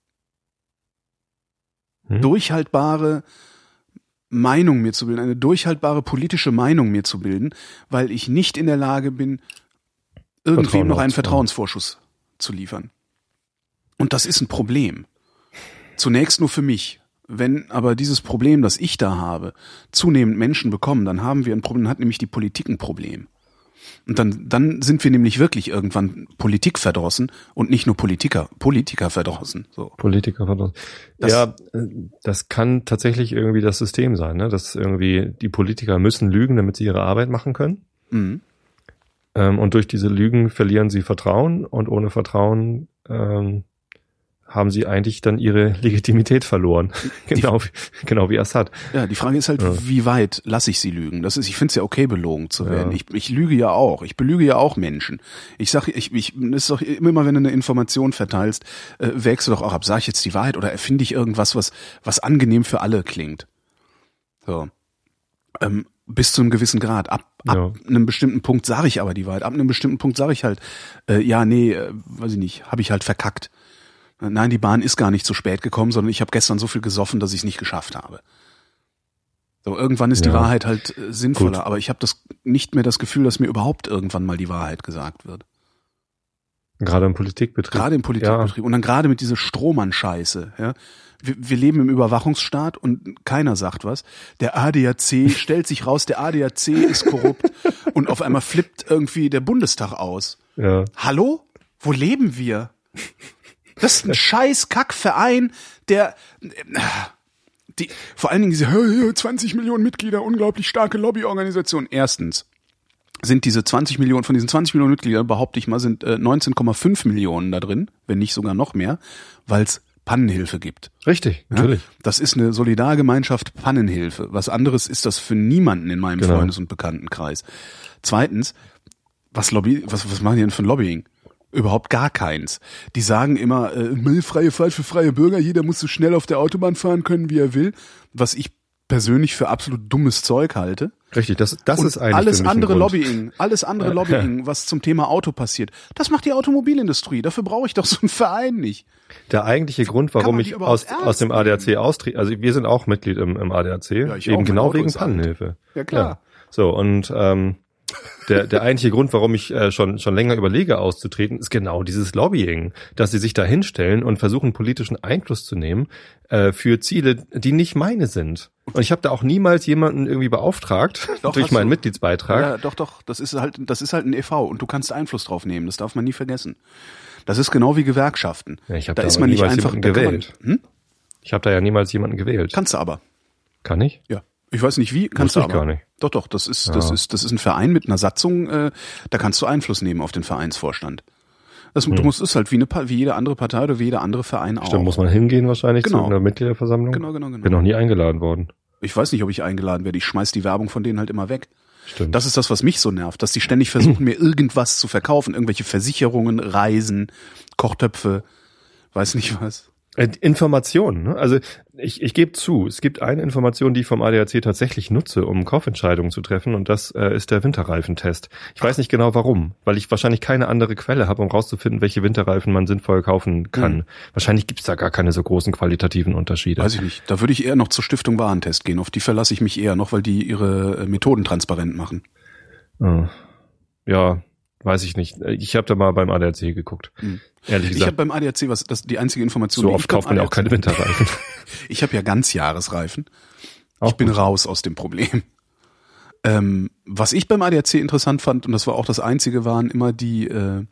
durchhaltbare Meinung mir zu bilden, eine durchhaltbare politische Meinung mir zu bilden, weil ich nicht in der Lage bin, irgendwem noch einen Vertrauensvorschuss zu liefern. Und das ist ein Problem. Zunächst nur für mich. Wenn aber dieses Problem, das ich da habe, zunehmend Menschen bekommen, dann haben wir ein Problem, dann hat nämlich die Politik ein Problem. Und dann sind wir nämlich wirklich irgendwann Politik verdrossen und nicht nur Politiker verdrossen. So. Politiker verdrossen. Ja, das kann tatsächlich irgendwie das System sein, ne? Dass irgendwie die Politiker müssen lügen, damit sie ihre Arbeit machen können. Mhm. Und durch diese Lügen verlieren sie Vertrauen und ohne Vertrauen haben sie eigentlich dann ihre Legitimität verloren. genau wie Assad. Ja, die Frage ist halt, wie weit lasse ich sie lügen? Ich finde es ja okay, belogen zu werden. Ja. Ich lüge ja auch. Ich belüge ja auch Menschen. Ich ist doch immer, wenn du eine Information verteilst, wägst du doch auch ab, sag ich jetzt die Wahrheit oder erfinde ich irgendwas, was angenehm für alle klingt. So. Bis zu einem gewissen Grad. Ab einem bestimmten Punkt sage ich aber die Wahrheit. Ab einem bestimmten Punkt sage ich halt, weiß ich nicht, habe ich halt verkackt. Nein, die Bahn ist gar nicht zu spät gekommen, sondern ich habe gestern so viel gesoffen, dass ich es nicht geschafft habe. So, irgendwann ist die Wahrheit halt sinnvoller, gut. Aber ich habe nicht mehr das Gefühl, dass mir überhaupt irgendwann mal die Wahrheit gesagt wird. Gerade im Politikbetrieb. Ja. Und dann gerade mit dieser Strohmann-Scheiße. Ja. Wir leben im Überwachungsstaat und keiner sagt was. Der ADAC stellt sich raus, der ADAC ist korrupt und auf einmal flippt irgendwie der Bundestag aus. Ja. Hallo? Wo leben wir? Das ist ein scheiß Kackverein, der vor allen Dingen diese 20 Millionen Mitglieder, unglaublich starke Lobbyorganisation. Erstens sind diese 20 Millionen, von diesen 20 Millionen Mitgliedern, behaupte ich mal, sind 19,5 Millionen da drin, wenn nicht sogar noch mehr, weil es Pannenhilfe gibt. Richtig, natürlich. Ja? Das ist eine Solidargemeinschaft Pannenhilfe. Was anderes ist das für niemanden in meinem Freundes- und Bekanntenkreis. Zweitens, was machen die denn für ein Lobbying? Überhaupt gar keins. Die sagen immer, freie Fahrt für freie Bürger, jeder muss so schnell auf der Autobahn fahren können, wie er will, was ich persönlich für absolut dummes Zeug halte. Richtig, das ist eigentlich alles andere Lobbying, was zum Thema Auto passiert, das macht die Automobilindustrie. Dafür brauche ich doch so einen Verein nicht. Der eigentliche Grund, warum ich aus dem ADAC austrete, also wir sind auch Mitglied im ADAC, ja, eben genau wegen Pannenhilfe. Ja, klar. Ja. So, und der eigentliche Grund, warum ich schon länger überlege auszutreten, ist genau dieses Lobbying, dass sie sich da hinstellen und versuchen, politischen Einfluss zu nehmen für Ziele, die nicht meine sind. Und ich habe da auch niemals jemanden irgendwie beauftragt durch meinen Mitgliedsbeitrag. Ja, doch, das ist halt ein e.V. und du kannst Einfluss drauf nehmen, das darf man nie vergessen. Das ist genau wie Gewerkschaften. Ja, ich habe da ist man nicht einfach gewählt. Ich habe da ja niemals jemanden gewählt. Kannst du aber. Kann ich? Ja. Ich weiß nicht wie, kannst du aber. Gar nicht. Doch, das ist ein Verein mit einer Satzung, da kannst du Einfluss nehmen auf den Vereinsvorstand. Du musst es halt wie jede andere Partei oder wie jeder andere Verein auch. Stimmt, muss man hingehen wahrscheinlich zu einer Mitgliederversammlung. Genau. Bin noch nie eingeladen worden. Ich weiß nicht, ob ich eingeladen werde. Ich schmeiß die Werbung von denen halt immer weg. Stimmt. Das ist das, was mich so nervt, dass die ständig versuchen, mir irgendwas zu verkaufen. Irgendwelche Versicherungen, Reisen, Kochtöpfe, weiß nicht was. Informationen, ne? Also ich gebe zu, es gibt eine Information, die ich vom ADAC tatsächlich nutze, um Kaufentscheidungen zu treffen, und das ist der Winterreifentest. Ich weiß nicht genau warum, weil ich wahrscheinlich keine andere Quelle habe, um rauszufinden, welche Winterreifen man sinnvoll kaufen kann. Wahrscheinlich gibt's da gar keine so großen qualitativen Unterschiede. Weiß ich nicht. Da würde ich eher noch zur Stiftung Warentest gehen. Auf die verlasse ich mich eher noch, weil die ihre Methoden transparent machen. Ja, weiß ich nicht. Ich habe da mal beim ADAC geguckt. Ehrlich gesagt. Ich habe beim ADAC die einzige Information. So oft kauft man ja auch keine Winterreifen. Ich habe ja Ganzjahresreifen. Auch ich bin gut. raus aus dem Problem. Was ich beim ADAC interessant fand, und das war auch das Einzige, waren immer die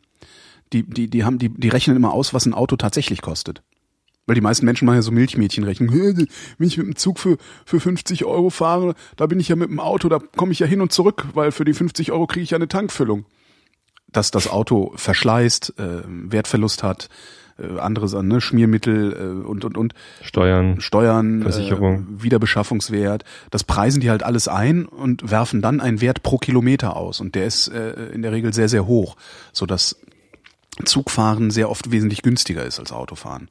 rechnen immer aus, was ein Auto tatsächlich kostet. Weil die meisten Menschen machen ja so Milchmädchenrechnung. Wenn ich mit dem Zug für 50 € fahre, da bin ich ja mit dem Auto, da komme ich ja hin und zurück, weil für die 50 € kriege ich ja eine Tankfüllung. Dass das Auto verschleißt, Wertverlust hat, andere Sachen, ne, Schmiermittel und Steuern, Versicherung, Wiederbeschaffungswert, das preisen die halt alles ein und werfen dann einen Wert pro Kilometer aus. Und der ist in der Regel sehr, sehr hoch, sodass Zugfahren sehr oft wesentlich günstiger ist als Autofahren.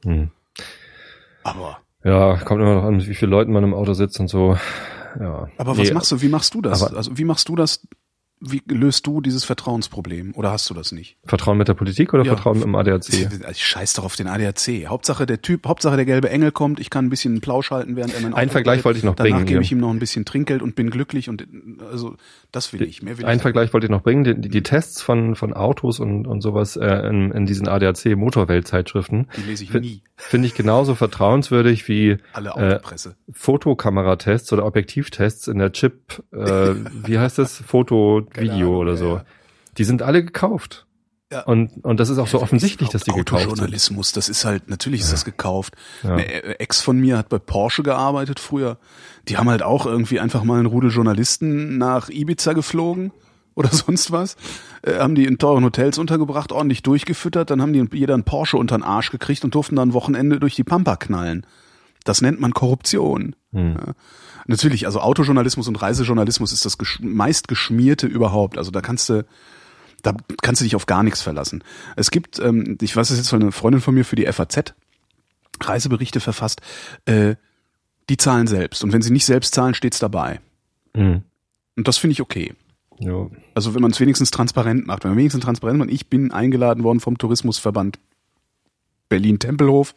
Aber ja, kommt immer noch an, mit wie vielen Leuten man im Auto sitzt und so. Ja. Aber was machst du? Wie machst du das? Also wie machst du das? Wie löst du dieses Vertrauensproblem? Oder hast du das nicht? Vertrauen mit der Politik oder Vertrauen im ADAC? Ich scheiß doch auf den ADAC. Hauptsache der gelbe Engel kommt, ich kann ein bisschen einen Plausch halten, während er mein Auto Einen Vergleich wollte ich noch bringen. Danach gebe ich ihm noch ein bisschen Trinkgeld und bin glücklich und also das will ich. Mehr will Einen ich Vergleich wollte ich noch bringen. Die Tests von Autos und sowas in diesen ADAC Motorweltzeitschriften. Die lese ich nie. Finde ich genauso vertrauenswürdig wie Alle Autopresse. Fotokameratests oder Objektivtests in der Chip, wie heißt das? Foto-Video oder so. Ja. Die sind alle gekauft. Ja. Und das ist auch so offensichtlich, dass die gekauft sind. Autojournalismus, das ist halt, natürlich ist das gekauft. Ja. Eine Ex von mir hat bei Porsche gearbeitet früher. Die haben halt auch irgendwie einfach mal einen Rudel Journalisten nach Ibiza geflogen oder sonst was. Haben die in teuren Hotels untergebracht, ordentlich durchgefüttert, dann haben die jeder einen Porsche unter den Arsch gekriegt und durften dann ein Wochenende durch die Pampa knallen. Das nennt man Korruption. Ja. Natürlich, also Autojournalismus und Reisejournalismus ist das meist geschmierte überhaupt. Also da kannst du dich auf gar nichts verlassen. Es gibt, ich weiß es jetzt, eine Freundin von mir für die FAZ Reiseberichte verfasst, die zahlen selbst. Und wenn sie nicht selbst zahlen, steht's dabei. Und das finde ich okay. Jo. Also wenn man es wenigstens transparent macht. Wenn man wenigstens transparent macht, ich bin eingeladen worden vom Tourismusverband Berlin-Tempelhof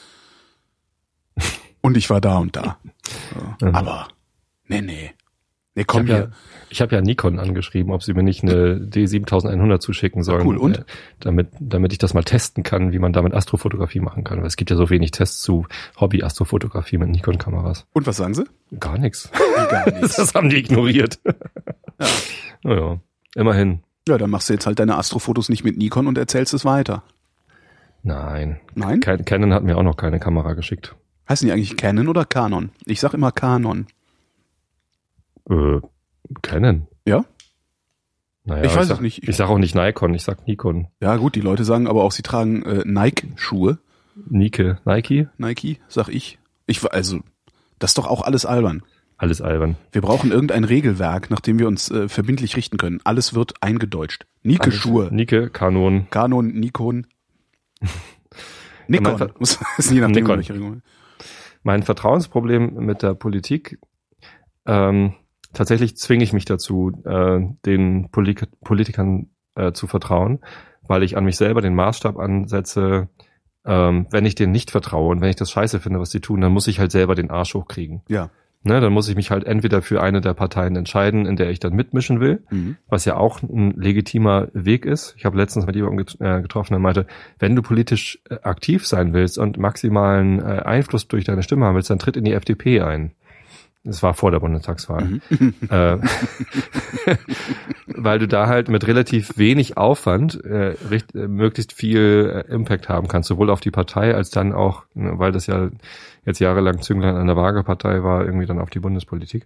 und ich war da und da. So. Aber, nee, komm hier. Ich habe ja Nikon angeschrieben, ob sie mir nicht eine D7100 zuschicken sollen. Cool, und? Damit ich das mal testen kann, wie man damit Astrofotografie machen kann. Weil es gibt ja so wenig Tests zu Hobby-Astrofotografie mit Nikon-Kameras. Und was sagen sie? Gar nichts. Gar nichts. Das haben die ignoriert. Ja. Naja, immerhin. Ja, dann machst du jetzt halt deine Astrofotos nicht mit Nikon und erzählst es weiter. Nein? Canon hat mir auch noch keine Kamera geschickt. Heißen die eigentlich Canon oder Canon? Ich sag immer Canon. Canon. Ja? Naja, ich weiß es nicht. Ich sag auch nicht Nikon, ich sag Nikon. Ja gut, die Leute sagen aber auch, sie tragen Nike-Schuhe. Nike? Nike, sag ich. Also, das ist doch auch alles albern. Alles albern. Wir brauchen irgendein Regelwerk, nach dem wir uns verbindlich richten können. Alles wird eingedeutscht. Nike-Schuhe. Nike, Canon, Nikon. Nikon. Ist je nachdem, welche Regelung. Mein Vertrauensproblem mit der Politik, tatsächlich zwinge ich mich dazu, den Politikern zu vertrauen, weil ich an mich selber den Maßstab ansetze, wenn ich denen nicht vertraue und wenn ich das scheiße finde, was die tun, dann muss ich halt selber den Arsch hochkriegen. Ja. Ne, dann muss ich mich halt entweder für eine der Parteien entscheiden, in der ich dann mitmischen will, was ja auch ein legitimer Weg ist. Ich habe letztens mit jemandem getroffen, der meinte, wenn du politisch aktiv sein willst und maximalen Einfluss durch deine Stimme haben willst, dann tritt in die FDP ein. Das war vor der Bundestagswahl. Weil du da halt mit relativ wenig Aufwand möglichst viel Impact haben kannst, sowohl auf die Partei als dann auch, weil das ja jetzt jahrelang Zünglein an der Waage-Partei war, irgendwie dann auf die Bundespolitik.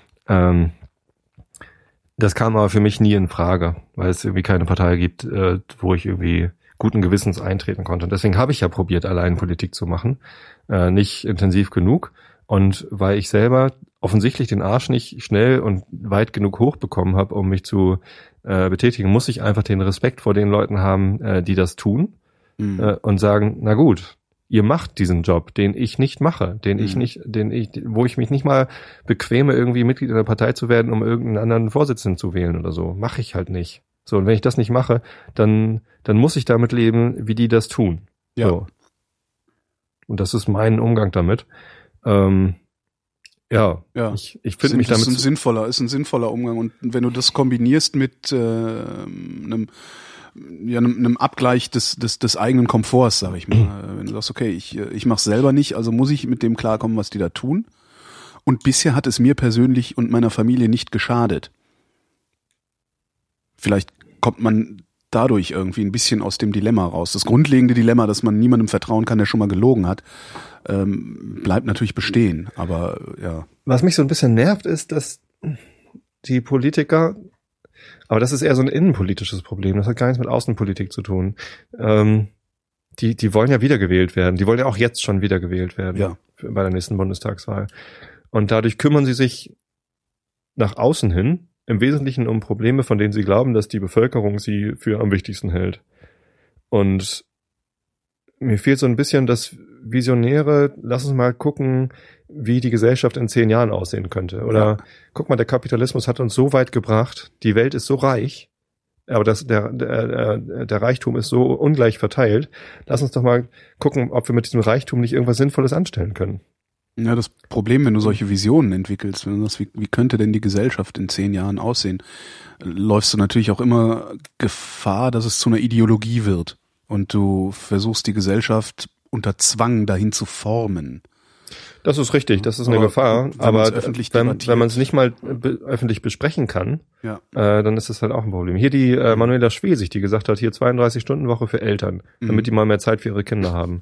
Das kam aber für mich nie in Frage, weil es irgendwie keine Partei gibt, wo ich irgendwie guten Gewissens eintreten konnte. Und deswegen habe ich ja probiert, allein Politik zu machen. Nicht intensiv genug. Und weil ich selber offensichtlich den Arsch nicht schnell und weit genug hochbekommen habe, um mich zu betätigen, muss ich einfach den Respekt vor den Leuten haben, die das tun und sagen, na gut, ihr macht diesen Job, den ich nicht mache, wo ich mich nicht mal bequeme, irgendwie Mitglied einer Partei zu werden, um irgendeinen anderen Vorsitzenden zu wählen oder so. Mache ich halt nicht. So, und wenn ich das nicht mache, dann muss ich damit leben, wie die das tun. Ja. So. Und das ist mein Umgang damit. Ich finde mich damit... Ist ein sinnvoller Umgang. Und wenn du das kombinierst mit einem Abgleich des eigenen Komforts, sag ich mal. Wenn du sagst, okay, ich mach's selber nicht, also muss ich mit dem klarkommen, was die da tun. Und bisher hat es mir persönlich und meiner Familie nicht geschadet. Vielleicht kommt man dadurch irgendwie ein bisschen aus dem Dilemma raus. Das grundlegende Dilemma, dass man niemandem vertrauen kann, der schon mal gelogen hat, bleibt natürlich bestehen. Aber ja. Was mich so ein bisschen nervt, ist, dass die Politiker, aber das ist eher so ein innenpolitisches Problem, das hat gar nichts mit Außenpolitik zu tun. Die wollen ja wiedergewählt werden. Die wollen ja auch jetzt schon wiedergewählt werden bei der nächsten Bundestagswahl. Und dadurch kümmern sie sich nach außen hin im Wesentlichen um Probleme, von denen sie glauben, dass die Bevölkerung sie für am wichtigsten hält. Und mir fehlt so ein bisschen das Visionäre, lass uns mal gucken, wie die Gesellschaft in 10 Jahren aussehen könnte. Oder guck mal, der Kapitalismus hat uns so weit gebracht, die Welt ist so reich, aber der Reichtum ist so ungleich verteilt. Lass uns doch mal gucken, ob wir mit diesem Reichtum nicht irgendwas Sinnvolles anstellen können. Ja, das Problem, wenn du solche Visionen entwickelst, wenn du sagst, wie könnte denn die Gesellschaft in 10 Jahren aussehen, läufst du natürlich auch immer Gefahr, dass es zu einer Ideologie wird. Und du versuchst die Gesellschaft unter Zwang dahin zu formen. Das ist richtig, das ist eine Gefahr. Aber wenn man es nicht mal öffentlich besprechen kann, dann ist das halt auch ein Problem. Hier die Manuela Schwesig, die gesagt hat, hier 32-Stunden-Woche für Eltern, damit die mal mehr Zeit für ihre Kinder haben.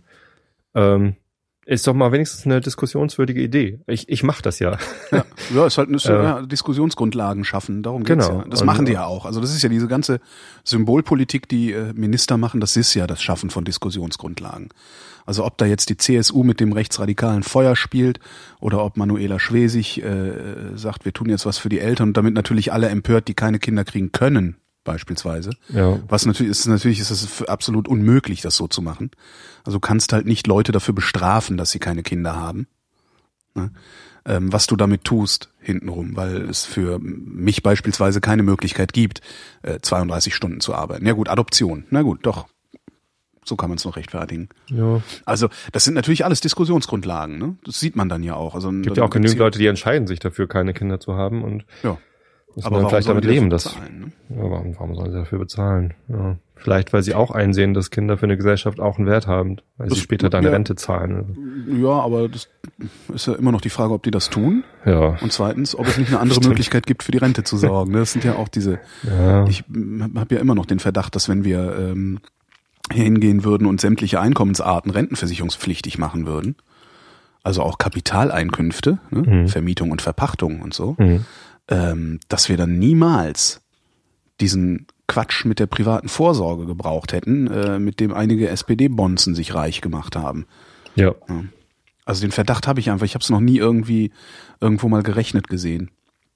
Ist doch mal wenigstens eine diskussionswürdige Idee. Ich mache das ja. Ja, ist halt Diskussionsgrundlagen schaffen, darum geht's ja. Das machen die ja auch. Also das ist ja diese ganze Symbolpolitik, die Minister machen, das ist ja das Schaffen von Diskussionsgrundlagen. Also ob da jetzt die CSU mit dem rechtsradikalen Feuer spielt oder ob Manuela Schwesig sagt, wir tun jetzt was für die Eltern und damit natürlich alle empört, die keine Kinder kriegen können, beispielsweise. Ja. Was natürlich ist es absolut unmöglich, das so zu machen. Also du kannst halt nicht Leute dafür bestrafen, dass sie keine Kinder haben. Ne? Was du damit tust hintenrum, weil es für mich beispielsweise keine Möglichkeit gibt, 32 Stunden zu arbeiten. Ja gut, Adoption. Na gut, doch. So kann man es noch rechtfertigen. Ja. Also das sind natürlich alles Diskussionsgrundlagen. Ne? Das sieht man dann ja auch. Also gibt ja auch genügend Leute, die entscheiden sich dafür, keine Kinder zu haben und müssen dann vielleicht damit leben, bezahlen, ne? Ja, warum sollen sie dafür bezahlen? Ja. Vielleicht, weil sie auch einsehen, dass Kinder für eine Gesellschaft auch einen Wert haben, weil sie später deine Rente zahlen. Ja, aber das ist ja immer noch die Frage, ob die das tun. Ja. Und zweitens, ob es nicht eine andere Möglichkeit gibt, für die Rente zu sorgen. Das sind ja auch diese. Ja. Ich habe ja immer noch den Verdacht, dass wenn wir hingehen würden und sämtliche Einkommensarten rentenversicherungspflichtig machen würden, also auch Kapitaleinkünfte, ne? Vermietung und Verpachtung und so, dass wir dann niemals diesen Quatsch mit der privaten Vorsorge gebraucht hätten, mit dem einige SPD-Bonzen sich reich gemacht haben. Ja. Also den Verdacht habe ich einfach, ich habe es noch nie irgendwo mal gerechnet gesehen.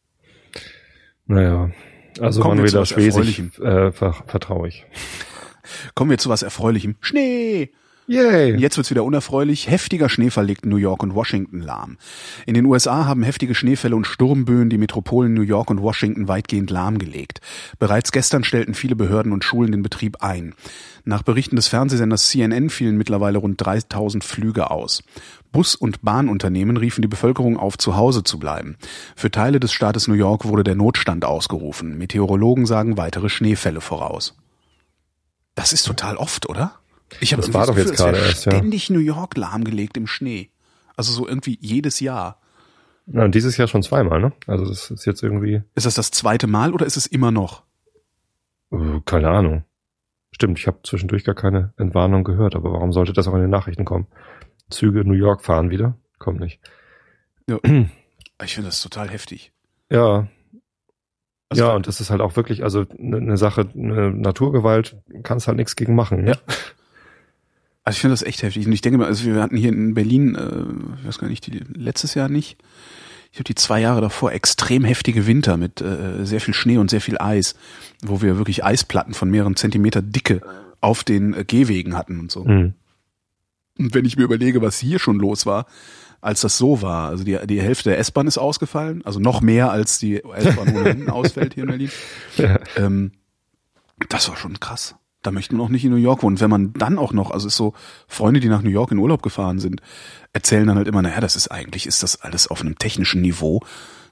Naja, also Manuela Schwesig vertraue ich. Kommen wir zu was Erfreulichem. Schnee! Yay. Jetzt wird's wieder unerfreulich. Heftiger Schneefall legt New York und Washington lahm. In den USA haben heftige Schneefälle und Sturmböen die Metropolen New York und Washington weitgehend lahmgelegt. Bereits gestern stellten viele Behörden und Schulen den Betrieb ein. Nach Berichten des Fernsehsenders CNN fielen mittlerweile rund 3000 Flüge aus. Bus- und Bahnunternehmen riefen die Bevölkerung auf, zu Hause zu bleiben. Für Teile des Staates New York wurde der Notstand ausgerufen. Meteorologen sagen weitere Schneefälle voraus. Das ist total oft, oder? Ich habe das war doch jetzt gerade erst, ständig New York lahmgelegt im Schnee. Also so irgendwie jedes Jahr. Na, und dieses Jahr schon 2-mal, ne? Also das ist jetzt irgendwie... Ist das 2. Mal oder ist es immer noch? Keine Ahnung. Stimmt, ich habe zwischendurch gar keine Entwarnung gehört, aber warum sollte das auch in den Nachrichten kommen? Züge New York fahren wieder? Kommt nicht. Ja. Ich finde das total heftig. Ja. Also ja, und das ist halt auch wirklich, also eine Sache, eine Naturgewalt, kannst halt nichts gegen machen. Ne? Ja. Also ich finde das echt heftig. Und ich denke mal, also wir hatten hier in Berlin, ich weiß gar nicht, letztes Jahr nicht, ich glaube die 2 Jahre davor, extrem heftige Winter mit sehr viel Schnee und sehr viel Eis, wo wir wirklich Eisplatten von mehreren Zentimeter Dicke auf den Gehwegen hatten und so. Mhm. Und wenn ich mir überlege, was hier schon los war, als das so war, also die Hälfte der S-Bahn ist ausgefallen, also noch mehr als die S-Bahn ohnehin ausfällt hier in Berlin. Ja. Das war schon krass. Da möchte man auch nicht in New York wohnen. Wenn man dann auch noch, also ist so, Freunde, die nach New York in Urlaub gefahren sind, erzählen dann halt immer, naja, ist das alles auf einem technischen Niveau,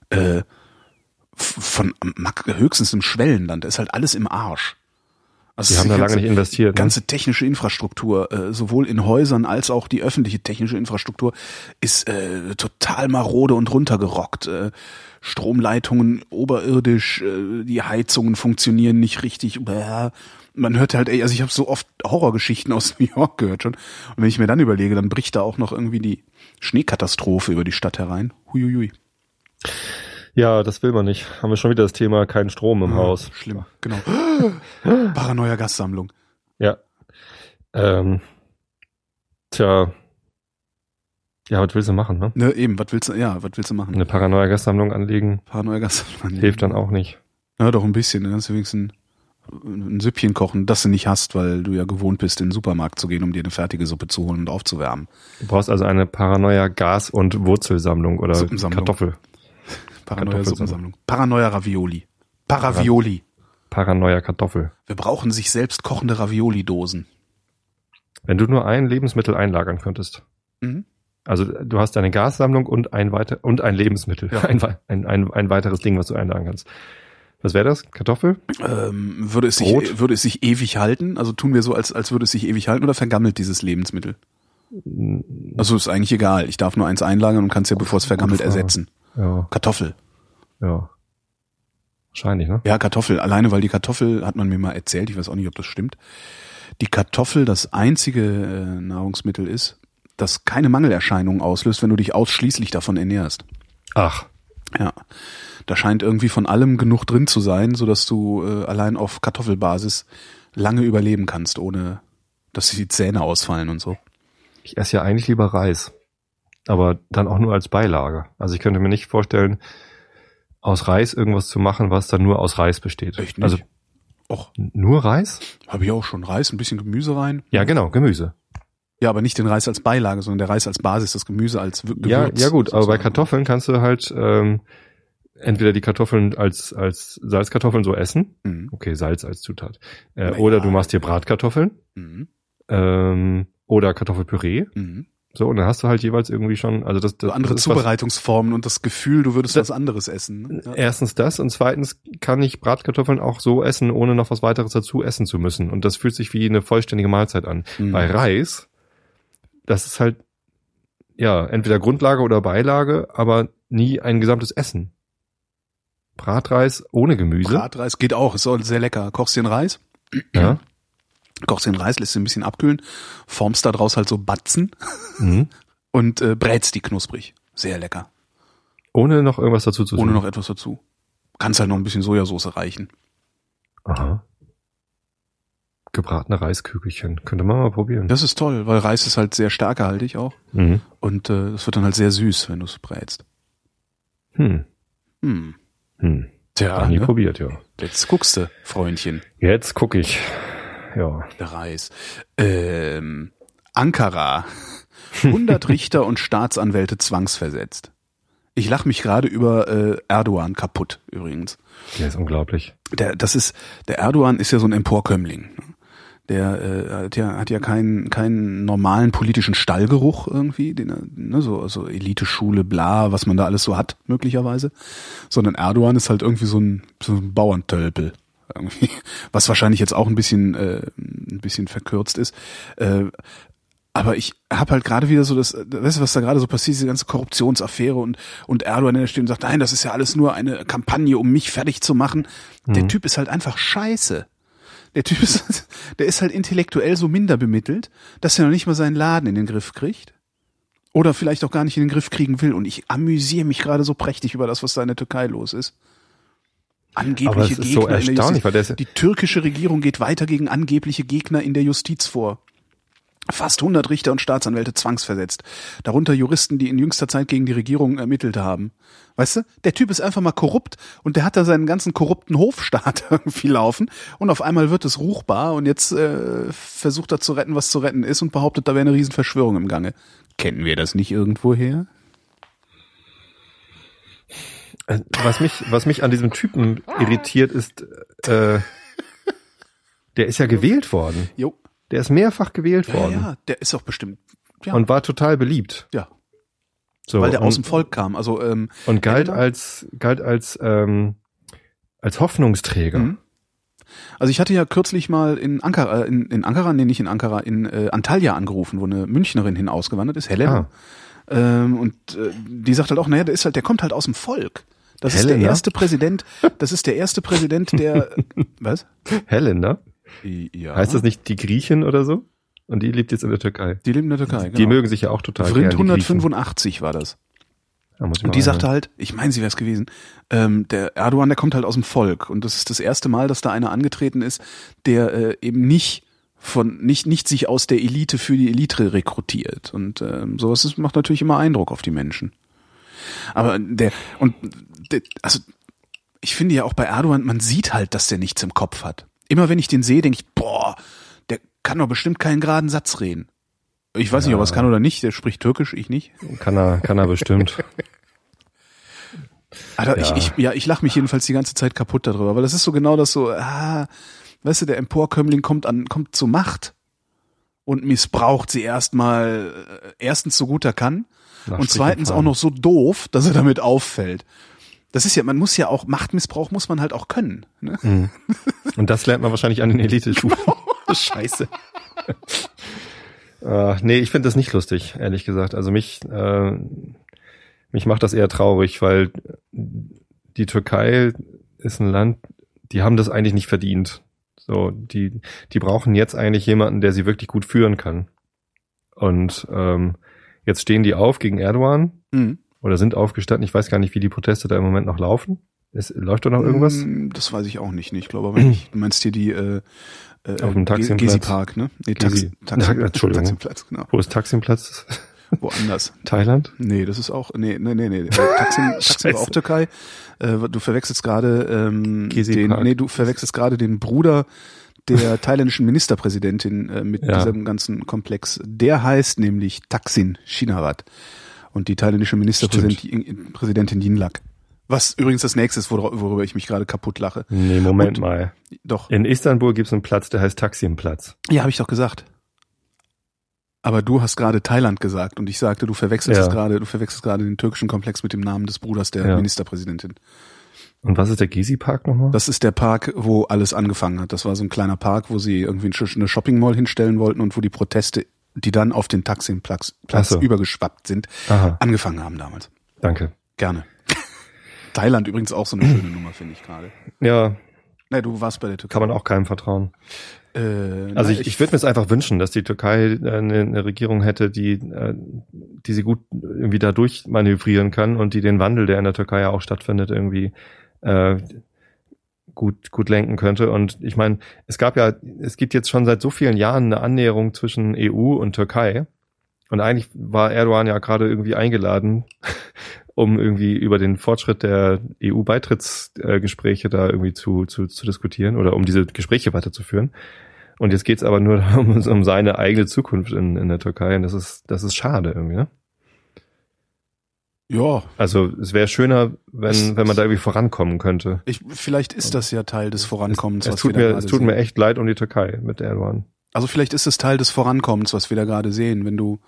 von höchstens im Schwellenland. Da ist halt alles im Arsch. Also Die haben da lange nicht investiert. Ganze technische Infrastruktur, sowohl in Häusern als auch die öffentliche technische Infrastruktur, ist total marode und runtergerockt. Stromleitungen oberirdisch, die Heizungen funktionieren nicht richtig. Man hört halt, also ich habe so oft Horrorgeschichten aus New York gehört schon. Und wenn ich mir dann überlege, dann bricht da auch noch irgendwie die Schneekatastrophe über die Stadt herein. Huiuiui. Ja, das will man nicht. Haben wir schon wieder das Thema, kein Strom im Haus. Schlimm, genau. Paranoia-Gastsammlung. Ja. Tja. Ja, was willst du machen, ne? Ne, eben, was willst du machen? Eine Paranoia-Gastsammlung anlegen. Paranoia-Gastsammlung anlegen. Hilft dann auch nicht. Ja, doch ein bisschen. Dann kannst du wenigstens ein Süppchen kochen, das du nicht hast, weil du ja gewohnt bist, in den Supermarkt zu gehen, um dir eine fertige Suppe zu holen und aufzuwärmen. Du brauchst also eine Paranoia-Gas- und Wurzelsammlung oder Kartoffel. Paranoia-Suppensammlung. Paranoia-Ravioli. Paravioli. Paranoia-Kartoffel. Wir brauchen sich selbst kochende Ravioli-Dosen. Wenn du nur ein Lebensmittel einlagern könntest. Mhm. Also du hast deine Gassammlung und ein Lebensmittel. Ja. Ein weiteres Ding, was du einlagern kannst. Was wäre das? Kartoffel? Würde es sich ewig halten? Also tun wir so, als würde es sich ewig halten, oder vergammelt dieses Lebensmittel? Also ist eigentlich egal. Ich darf nur eins einlagern und kann es ja, bevor es vergammelt, ersetzen. Ja. Kartoffel. Ja. Wahrscheinlich, ne? Ja, Kartoffel. Alleine, weil die Kartoffel, hat man mir mal erzählt, ich weiß auch nicht, ob das stimmt, die Kartoffel das einzige Nahrungsmittel ist, das keine Mangelerscheinungen auslöst, wenn du dich ausschließlich davon ernährst. Ach. Ja. Da scheint irgendwie von allem genug drin zu sein, sodass du allein auf Kartoffelbasis lange überleben kannst, ohne dass die Zähne ausfallen und so. Ich esse ja eigentlich lieber Reis. Aber dann auch nur als Beilage. Also ich könnte mir nicht vorstellen, aus Reis irgendwas zu machen, was dann nur aus Reis besteht. Echt nicht? Also nur Reis? Habe ich auch schon. Reis, ein bisschen Gemüse rein. Ja, genau, Gemüse. Ja, aber nicht den Reis als Beilage, sondern der Reis als Basis, das Gemüse als Gewürz. Ja, gut, sozusagen. aber bei Kartoffeln kannst du halt entweder die Kartoffeln als Salzkartoffeln so essen. Mhm. Okay, Salz als Zutat. Oder du machst dir Bratkartoffeln. Mhm. Oder Kartoffelpüree. Mhm. So, und dann hast du halt jeweils irgendwie schon, also das so andere das ist Zubereitungsformen und das Gefühl, du würdest was anderes essen. Ne? Ja. Erstens das und zweitens kann ich Bratkartoffeln auch so essen, ohne noch was weiteres dazu essen zu müssen. Und das fühlt sich wie eine vollständige Mahlzeit an. Mhm. Bei Reis, das ist halt, ja, entweder Grundlage oder Beilage, aber nie ein gesamtes Essen. Bratreis ohne Gemüse. Bratreis geht auch, ist auch sehr lecker. Kochst dir den Reis? Ja. Kochst den Reis, lässt ihn ein bisschen abkühlen, formst da draus halt so Batzen Mhm. und brätst die knusprig. Sehr lecker. Ohne noch irgendwas dazu zu tun. Ohne noch etwas dazu. Kannst halt noch ein bisschen Sojasauce reichen. Aha. Gebratene Reiskügelchen. Könnte man mal probieren. Das ist toll, weil Reis ist halt sehr stärkehaltig auch. Mhm. Und das wird dann halt sehr süß, wenn du es brätst. Hm. Tja, Noch nie ne? probiert, ja. Jetzt guckst du, Freundchen. Jetzt gucke ich. Ja. Der Reis. Ankara. 100 Richter und Staatsanwälte zwangsversetzt. Ich lache mich gerade über Erdogan kaputt, übrigens. Der ist unglaublich. Der Erdogan ist ja so ein Emporkömmling. Der hat ja keinen normalen politischen Stallgeruch irgendwie, den er, ne, so Eliteschule, bla, was man da alles so hat, möglicherweise. Sondern Erdogan ist halt irgendwie so ein Bauerntölpel. Irgendwie, was wahrscheinlich jetzt auch ein bisschen verkürzt ist. Aber ich habe halt gerade wieder so weißt du, was da gerade so passiert, diese ganze Korruptionsaffäre und Erdogan, der steht und sagt, nein, das ist ja alles nur eine Kampagne, um mich fertig zu machen. Der Typ ist halt einfach scheiße. Der ist halt intellektuell so minder bemittelt, dass er noch nicht mal seinen Laden in den Griff kriegt. Oder vielleicht auch gar nicht in den Griff kriegen will. Und ich amüsiere mich gerade so prächtig über das, was da in der Türkei los ist. Angebliche Aber es ist Gegner so erstaunlich, weil die türkische Regierung geht weiter gegen angebliche Gegner in der Justiz vor. Fast 100 Richter und Staatsanwälte zwangsversetzt. Darunter Juristen, die in jüngster Zeit gegen die Regierung ermittelt haben. Weißt du, der Typ ist einfach mal korrupt und der hat da seinen ganzen korrupten Hofstaat irgendwie laufen und auf einmal wird es ruchbar und jetzt versucht er zu retten, was zu retten ist und behauptet, da wäre eine Riesenverschwörung im Gange. Kennen wir das nicht irgendwoher? Was mich an diesem Typen irritiert ist, der ist ja gewählt worden. Jo. Der ist mehrfach gewählt worden. Ja, der ist auch bestimmt. Ja. Und war total beliebt. Ja. So, weil der aus dem Volk kam. Also, und galt als Hoffnungsträger. Mhm. Also ich hatte ja kürzlich mal in Ankara, in Antalya angerufen, wo eine Münchnerin hin ausgewandert ist, Helena. Und die sagt halt auch, naja, der kommt halt aus dem Volk. Das Helena? ist der erste Präsident, der was? Helena? Ja. Heißt das nicht die Griechen oder so? Und die lebt jetzt in der Türkei. Die leben in der Türkei, genau. Die mögen sich ja auch total Vrind gerne. 185 war das. Ja, und die sagte halt, ich meine, sie wäre es gewesen, der Erdogan, der kommt halt aus dem Volk. Und das ist das erste Mal, dass da einer angetreten ist, der eben nicht sich aus der Elite für die Elite rekrutiert. Und sowas macht natürlich immer Eindruck auf die Menschen. Aber also ich finde ja auch bei Erdogan, man sieht halt, dass der nichts im Kopf hat. Immer wenn ich den sehe, denke ich, boah, der kann doch bestimmt keinen geraden Satz reden. Ich weiß nicht, ob er es kann oder nicht, der spricht Türkisch, ich nicht. Kann er bestimmt. Alter, ja. Ich lache mich jedenfalls die ganze Zeit kaputt darüber, weil das ist so genau das so, weißt du, der Emporkömmling kommt zur Macht und missbraucht sie erstens so gut er kann und zweitens auch noch so doof, dass er damit auffällt. Das ist ja, man muss ja auch, Machtmissbrauch muss man halt auch können. Ne? Mhm. Und das lernt man wahrscheinlich an den Elite-Schulen. Scheiße. Nee, ich finde das nicht lustig, ehrlich gesagt. Also mich macht das eher traurig, weil die Türkei ist ein Land, die haben das eigentlich nicht verdient. So, die brauchen jetzt eigentlich jemanden, der sie wirklich gut führen kann. Und jetzt stehen die auf gegen Erdogan. Mhm. Oder sind aufgestanden. Ich weiß gar nicht, wie die Proteste da im Moment noch laufen. Läuft da noch irgendwas? Das weiß ich auch nicht. Ich glaube aber nicht. Du meinst hier die auf dem Taximplatz. Gezi-Park, ne? Nee, Entschuldigung. Taximplatz, genau. Wo ist Taximplatz? Woanders. Thailand? Nee, das ist auch, nee. Taksim war auch Türkei. Du verwechselst gerade den Bruder der thailändischen Ministerpräsidentin mit diesem ganzen Komplex. Der heißt nämlich Thaksin Shinawatra. Und die thailändische Ministerpräsidentin Yingluck. Was übrigens das nächste ist, worüber ich mich gerade kaputt lache. Nee, Moment mal. Doch. In Istanbul gibt es einen Platz, der heißt Taksimplatz. Ja, habe ich doch gesagt. Aber du hast gerade Thailand gesagt und ich sagte, du verwechselst gerade den türkischen Komplex mit dem Namen des Bruders der Ministerpräsidentin. Und was ist der Gezi-Park nochmal? Das ist der Park, wo alles angefangen hat. Das war so ein kleiner Park, wo sie irgendwie eine Shopping-Mall hinstellen wollten und wo die Proteste, die dann auf den Taksimplatz übergeschwappt sind, angefangen haben damals. Danke. Gerne. Thailand übrigens auch so eine schöne Nummer, finde ich gerade. Ja. Na, du warst bei der Türkei. Kann man auch keinem vertrauen. Also ich würde mir es einfach wünschen, dass die Türkei eine Regierung hätte, die sie gut irgendwie da durchmanövrieren kann und die den Wandel, der in der Türkei ja auch stattfindet, irgendwie gut lenken könnte. Und ich meine, es gibt jetzt schon seit so vielen Jahren eine Annäherung zwischen EU und Türkei. Und eigentlich war Erdogan ja gerade irgendwie eingeladen, um irgendwie über den Fortschritt der EU-Beitrittsgespräche da irgendwie zu diskutieren oder um diese Gespräche weiterzuführen. Und jetzt geht's aber nur um seine eigene Zukunft in der Türkei. Und das ist schade irgendwie, ne? Ja. Also es wäre schöner, wenn man da irgendwie vorankommen könnte. Vielleicht ist das ja Teil des Vorankommens, es tut mir echt leid um die Türkei mit Erdogan. Also vielleicht ist es Teil des Vorankommens, was wir da gerade sehen, wenn du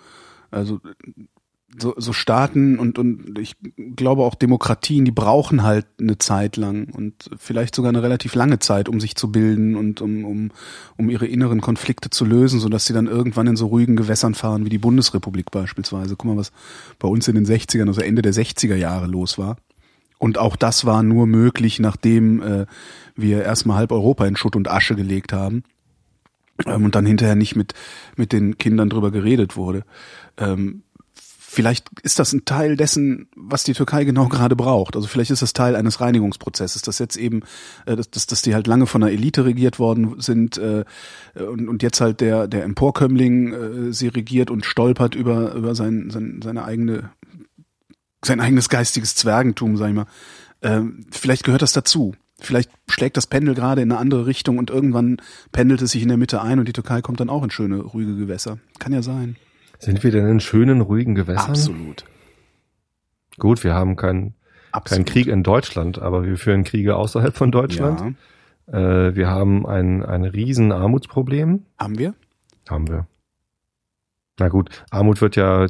so Staaten und ich glaube auch Demokratien, die brauchen halt eine Zeit lang und vielleicht sogar eine relativ lange Zeit, um sich zu bilden und um ihre inneren Konflikte zu lösen, sodass sie dann irgendwann in so ruhigen Gewässern fahren, wie die Bundesrepublik beispielsweise. Guck mal, was bei uns in den 60ern, also Ende der 60er Jahre los war. Und auch das war nur möglich, nachdem wir erstmal halb Europa in Schutt und Asche gelegt haben und dann hinterher nicht mit den Kindern drüber geredet wurde. vielleicht ist das ein Teil dessen, was die Türkei genau gerade braucht. Also vielleicht ist das Teil eines Reinigungsprozesses, dass jetzt eben, dass die halt lange von der Elite regiert worden sind und jetzt halt der Emporkömmling sie regiert und stolpert über sein eigenes geistiges Zwergentum, sag ich mal. Vielleicht gehört das dazu. Vielleicht schlägt das Pendel gerade in eine andere Richtung und irgendwann pendelt es sich in der Mitte ein und die Türkei kommt dann auch in schöne, ruhige Gewässer. Kann ja sein. Sind wir denn in schönen, ruhigen Gewässern? Absolut. Gut, wir haben keinen Krieg in Deutschland, aber wir führen Kriege außerhalb von Deutschland. Ja. Wir haben ein riesen Armutsproblem. Haben wir? Haben wir. Na gut, Armut wird ja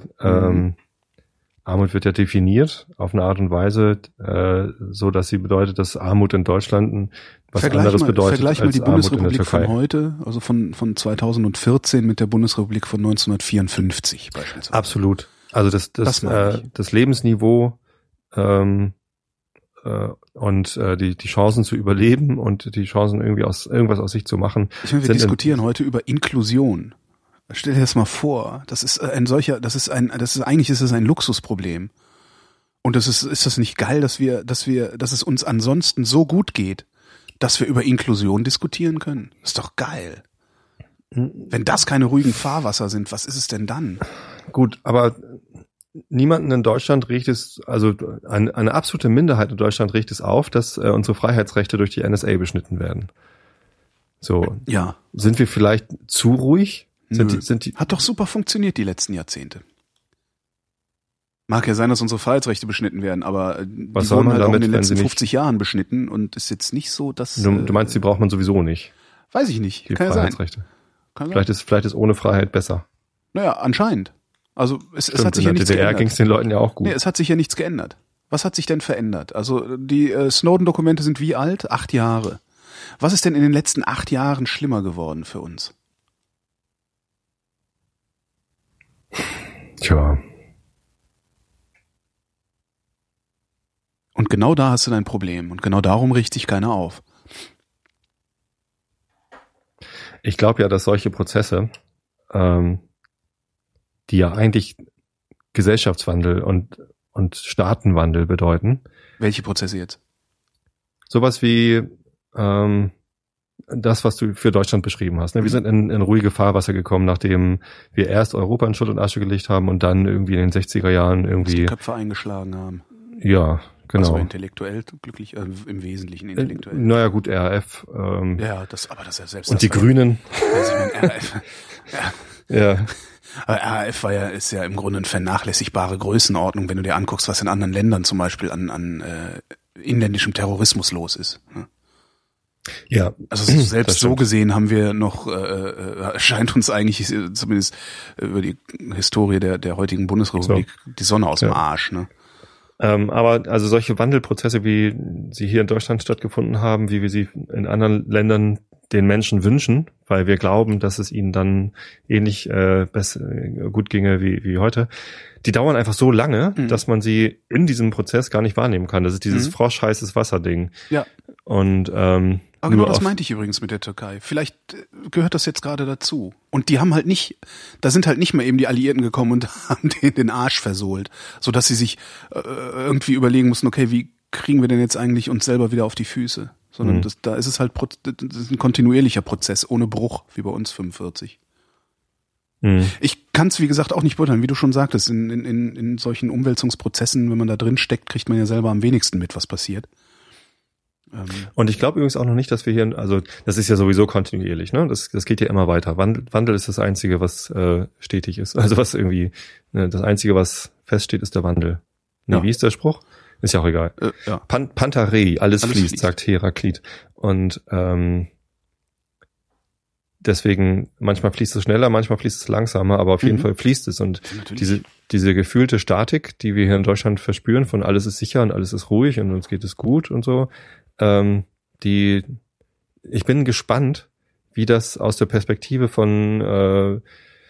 definiert auf eine Art und Weise, so dass sie bedeutet, dass Armut in Deutschland was anderes bedeutet vergleich als mal die Armut in der Bundesrepublik Türkei. von heute, also von 2014 mit der Bundesrepublik von 1954 beispielsweise. Absolut. Also das Lebensniveau und die Chancen zu überleben und die Chancen irgendwie irgendwas aus sich zu machen. Ich meine, wir diskutieren heute über Inklusion. Stell dir das mal vor. Eigentlich ist es ein Luxusproblem. Und ist das nicht geil, dass es uns ansonsten so gut geht, dass wir über Inklusion diskutieren können? Ist doch geil. Wenn das keine ruhigen Fahrwasser sind, was ist es denn dann? Gut, aber niemanden in Deutschland regt es, also eine absolute Minderheit in Deutschland regt es auf, dass unsere Freiheitsrechte durch die NSA beschnitten werden. So. Ja. Sind wir vielleicht zu ruhig? Hat doch super funktioniert die letzten Jahrzehnte. Mag ja sein, dass unsere Freiheitsrechte beschnitten werden, aber die wurden halt auch in den letzten 50 Jahren beschnitten und ist jetzt nicht so, dass... Du meinst, die braucht man sowieso nicht? Weiß ich nicht. Die Freiheitsrechte. Vielleicht ist ohne Freiheit besser. Naja, anscheinend. Also es hat sich ja nichts geändert. In der DDR ging es den Leuten ja auch gut. Nee, es hat sich ja nichts geändert. Was hat sich denn verändert? Also die Snowden-Dokumente sind wie alt? 8 Jahre. Was ist denn in den letzten 8 Jahren schlimmer geworden für uns? Tja. Und genau da hast du dein Problem. Und genau darum riecht sich keiner auf. Ich glaube ja, dass solche Prozesse, die ja eigentlich Gesellschaftswandel und Staatenwandel bedeuten. Welche Prozesse jetzt? Sowas wie das, was du für Deutschland beschrieben hast. Ne? Wir sind in ruhige Fahrwasser gekommen, nachdem wir erst Europa in Schutt und Asche gelegt haben und dann irgendwie in den 60er Jahren irgendwie Köpfe eingeschlagen haben. Ja, genau. Also intellektuell glücklich, im Wesentlichen intellektuell. Naja gut, RAF. Ja, das ist ja selbst. Und die Grünen. Also ich meine, RAF. Ja. Aber RAF ist ja im Grunde eine vernachlässigbare Größenordnung, wenn du dir anguckst, was in anderen Ländern zum Beispiel an inländischem Terrorismus los ist. Ne? Ja. Also selbst so gesehen haben wir noch, scheint uns eigentlich zumindest über die Historie der heutigen Bundesrepublik die Sonne aus dem Arsch. Ne? Aber also solche Wandelprozesse, wie sie hier in Deutschland stattgefunden haben, wie wir sie in anderen Ländern den Menschen wünschen, weil wir glauben, dass es ihnen dann ähnlich gut ginge wie heute, die dauern einfach so lange, dass man sie in diesem Prozess gar nicht wahrnehmen kann. Das ist dieses frosch-heißes Wasser-Ding. Ja. Und aber genau das meinte ich übrigens mit der Türkei. Vielleicht gehört das jetzt gerade dazu. Und die haben halt nicht, da sind halt nicht mal eben die Alliierten gekommen und haben den Arsch versohlt, sodass sie sich irgendwie überlegen mussten, okay, wie kriegen wir denn jetzt eigentlich uns selber wieder auf die Füße? Sondern da ist es halt das ist ein kontinuierlicher Prozess, ohne Bruch, wie bei uns 45. Ich kann es, wie gesagt, auch nicht beurteilen, wie du schon sagtest, in solchen Umwälzungsprozessen, wenn man da drin steckt, kriegt man ja selber am wenigsten mit, was passiert. Und ich glaube übrigens auch noch nicht, dass wir hier, also das ist ja sowieso kontinuierlich, ne? Das geht ja immer weiter. Wandel ist das Einzige, was stetig ist. Also was irgendwie, das Einzige, was feststeht, ist der Wandel. Nee, wie ist der Spruch? Ist ja auch egal. Ja. Pantarei, alles fließt, sagt Heraklit. Und deswegen, manchmal fließt es schneller, manchmal fließt es langsamer, aber auf jeden Fall fließt es. Und diese gefühlte Statik, die wir hier in Deutschland verspüren, von alles ist sicher und alles ist ruhig und uns geht es gut und so, ich bin gespannt, wie das aus der Perspektive von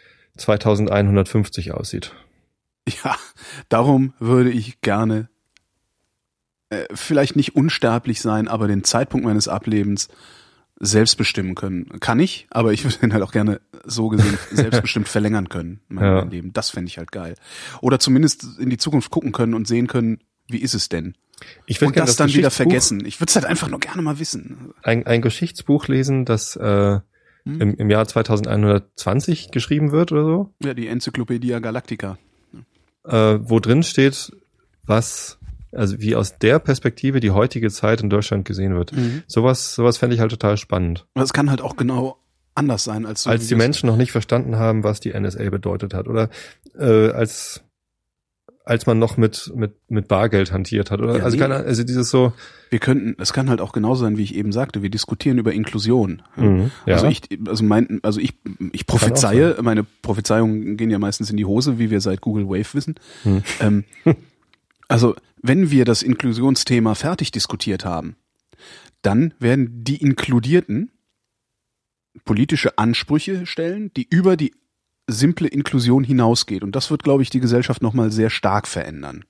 2150 aussieht. Ja, darum würde ich gerne vielleicht nicht unsterblich sein, aber den Zeitpunkt meines Ablebens selbst bestimmen können. Kann ich, aber ich würde ihn halt auch gerne so gesehen selbstbestimmt verlängern können, mein Leben. Das fände ich halt geil. Oder zumindest in die Zukunft gucken können und sehen können, wie ist es denn? Ich würde das dann wieder vergessen. Ich würde es halt einfach nur gerne mal wissen. Ein Geschichtsbuch lesen, das im Jahr 2120 geschrieben wird oder so. Ja, die Enzyklopädie Galactica. Wo drin steht, wie aus der Perspektive die heutige Zeit in Deutschland gesehen wird. Sowas fände ich halt total spannend. Aber es kann halt auch genau anders sein, als die Menschen noch nicht verstanden haben, was die NSA bedeutet hat. Oder als man noch mit Bargeld hantiert hat. Oder ja, dieses so. Es kann halt auch genauso sein, wie ich eben sagte, wir diskutieren über Inklusion. Ja. Ich prophezeie, meine Prophezeiungen gehen ja meistens in die Hose, wie wir seit Google Wave wissen. Also, wenn wir das Inklusionsthema fertig diskutiert haben, dann werden die Inkludierten politische Ansprüche stellen, die über die simple Inklusion hinausgeht. Und das wird, glaube ich, die Gesellschaft nochmal sehr stark verändern.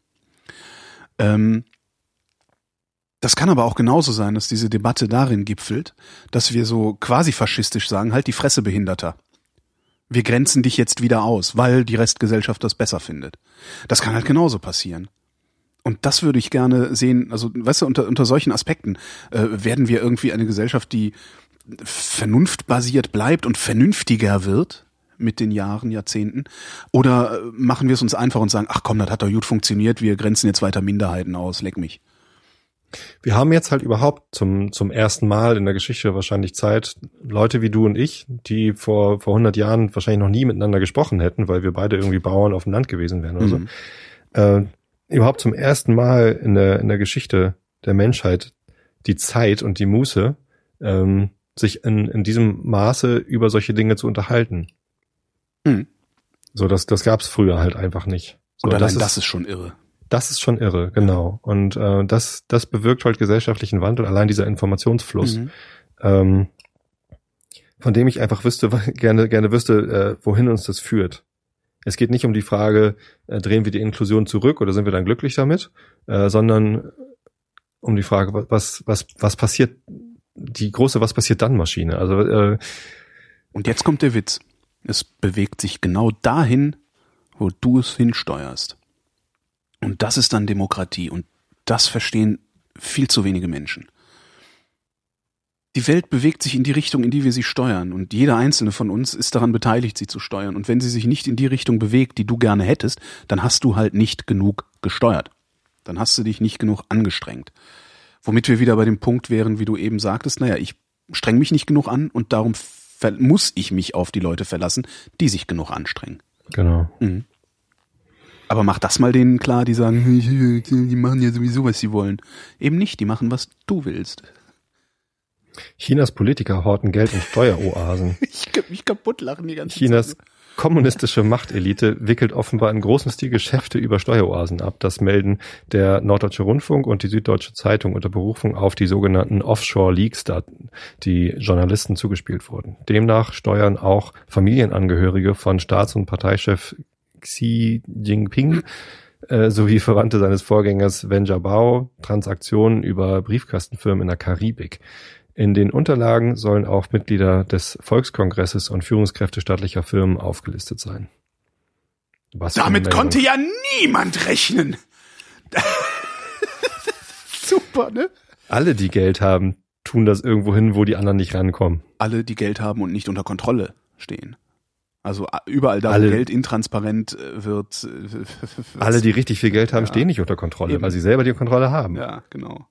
Das kann aber auch genauso sein, dass diese Debatte darin gipfelt, dass wir so quasi faschistisch sagen, halt die Fresse, Behinderter. Wir grenzen dich jetzt wieder aus, weil die Restgesellschaft das besser findet. Das kann halt genauso passieren. Und das würde ich gerne sehen, also weißt du, unter solchen Aspekten werden wir irgendwie eine Gesellschaft, die vernunftbasiert bleibt und vernünftiger wird mit den Jahren, Jahrzehnten, oder machen wir es uns einfach und sagen, ach komm, das hat doch gut funktioniert, wir grenzen jetzt weiter Minderheiten aus, leck mich. Wir haben jetzt halt überhaupt zum ersten Mal in der Geschichte wahrscheinlich Zeit, Leute wie du und ich, die vor 100 Jahren wahrscheinlich noch nie miteinander gesprochen hätten, weil wir beide irgendwie Bauern auf dem Land gewesen wären oder so, überhaupt zum ersten Mal in der Geschichte der Menschheit die Zeit und die Muße, sich in diesem Maße über solche Dinge zu unterhalten. So, das gab's früher halt einfach nicht. So, und allein das ist schon irre. Das ist schon irre, genau. Und das bewirkt halt gesellschaftlichen Wandel, allein dieser Informationsfluss, von dem ich einfach gerne wüsste, wohin uns das führt. Es geht nicht um die Frage, drehen wir die Inklusion zurück oder sind wir dann glücklich damit, sondern um die Frage, was passiert, die große Was passiert dann Maschine. Also und jetzt kommt der Witz. Es bewegt sich genau dahin, wo du es hinsteuerst. Und das ist dann Demokratie. Und das verstehen viel zu wenige Menschen. Die Welt bewegt sich in die Richtung, in die wir sie steuern. Und jeder einzelne von uns ist daran beteiligt, sie zu steuern. Und wenn sie sich nicht in die Richtung bewegt, die du gerne hättest, dann hast du halt nicht genug gesteuert. Dann hast du dich nicht genug angestrengt. Womit wir wieder bei dem Punkt wären, wie du eben sagtest, naja, ich streng mich nicht genug an und darum muss ich mich auf die Leute verlassen, die sich genug anstrengen. Genau. Aber mach das mal denen klar, die sagen, die machen ja sowieso, was sie wollen. Eben nicht, die machen, was du willst. Chinas Politiker horten Geld in Steueroasen. Ich könnte mich kaputt lachen die ganze Chinas Zeit. kommunistische Machtelite wickelt offenbar in großem Stil Geschäfte über Steueroasen ab. Das melden der Norddeutsche Rundfunk und die Süddeutsche Zeitung unter Berufung auf die sogenannten Offshore-Leaks, die Journalisten zugespielt wurden. Demnach steuern auch Familienangehörige von Staats- und Parteichef Xi Jinping sowie Verwandte seines Vorgängers Wen Jiabao Transaktionen über Briefkastenfirmen in der Karibik. In den Unterlagen sollen auch Mitglieder des Volkskongresses und Führungskräfte staatlicher Firmen aufgelistet sein. Damit konnte ja niemand rechnen. Super, ne? Alle, die Geld haben, tun das irgendwo hin, wo die anderen nicht rankommen. Alle, die Geld haben und nicht unter Kontrolle stehen. Also überall da, wo Geld intransparent wird. Alle, die richtig viel Geld haben, stehen nicht unter Kontrolle, eben, weil sie selber die Kontrolle haben. Ja, genau.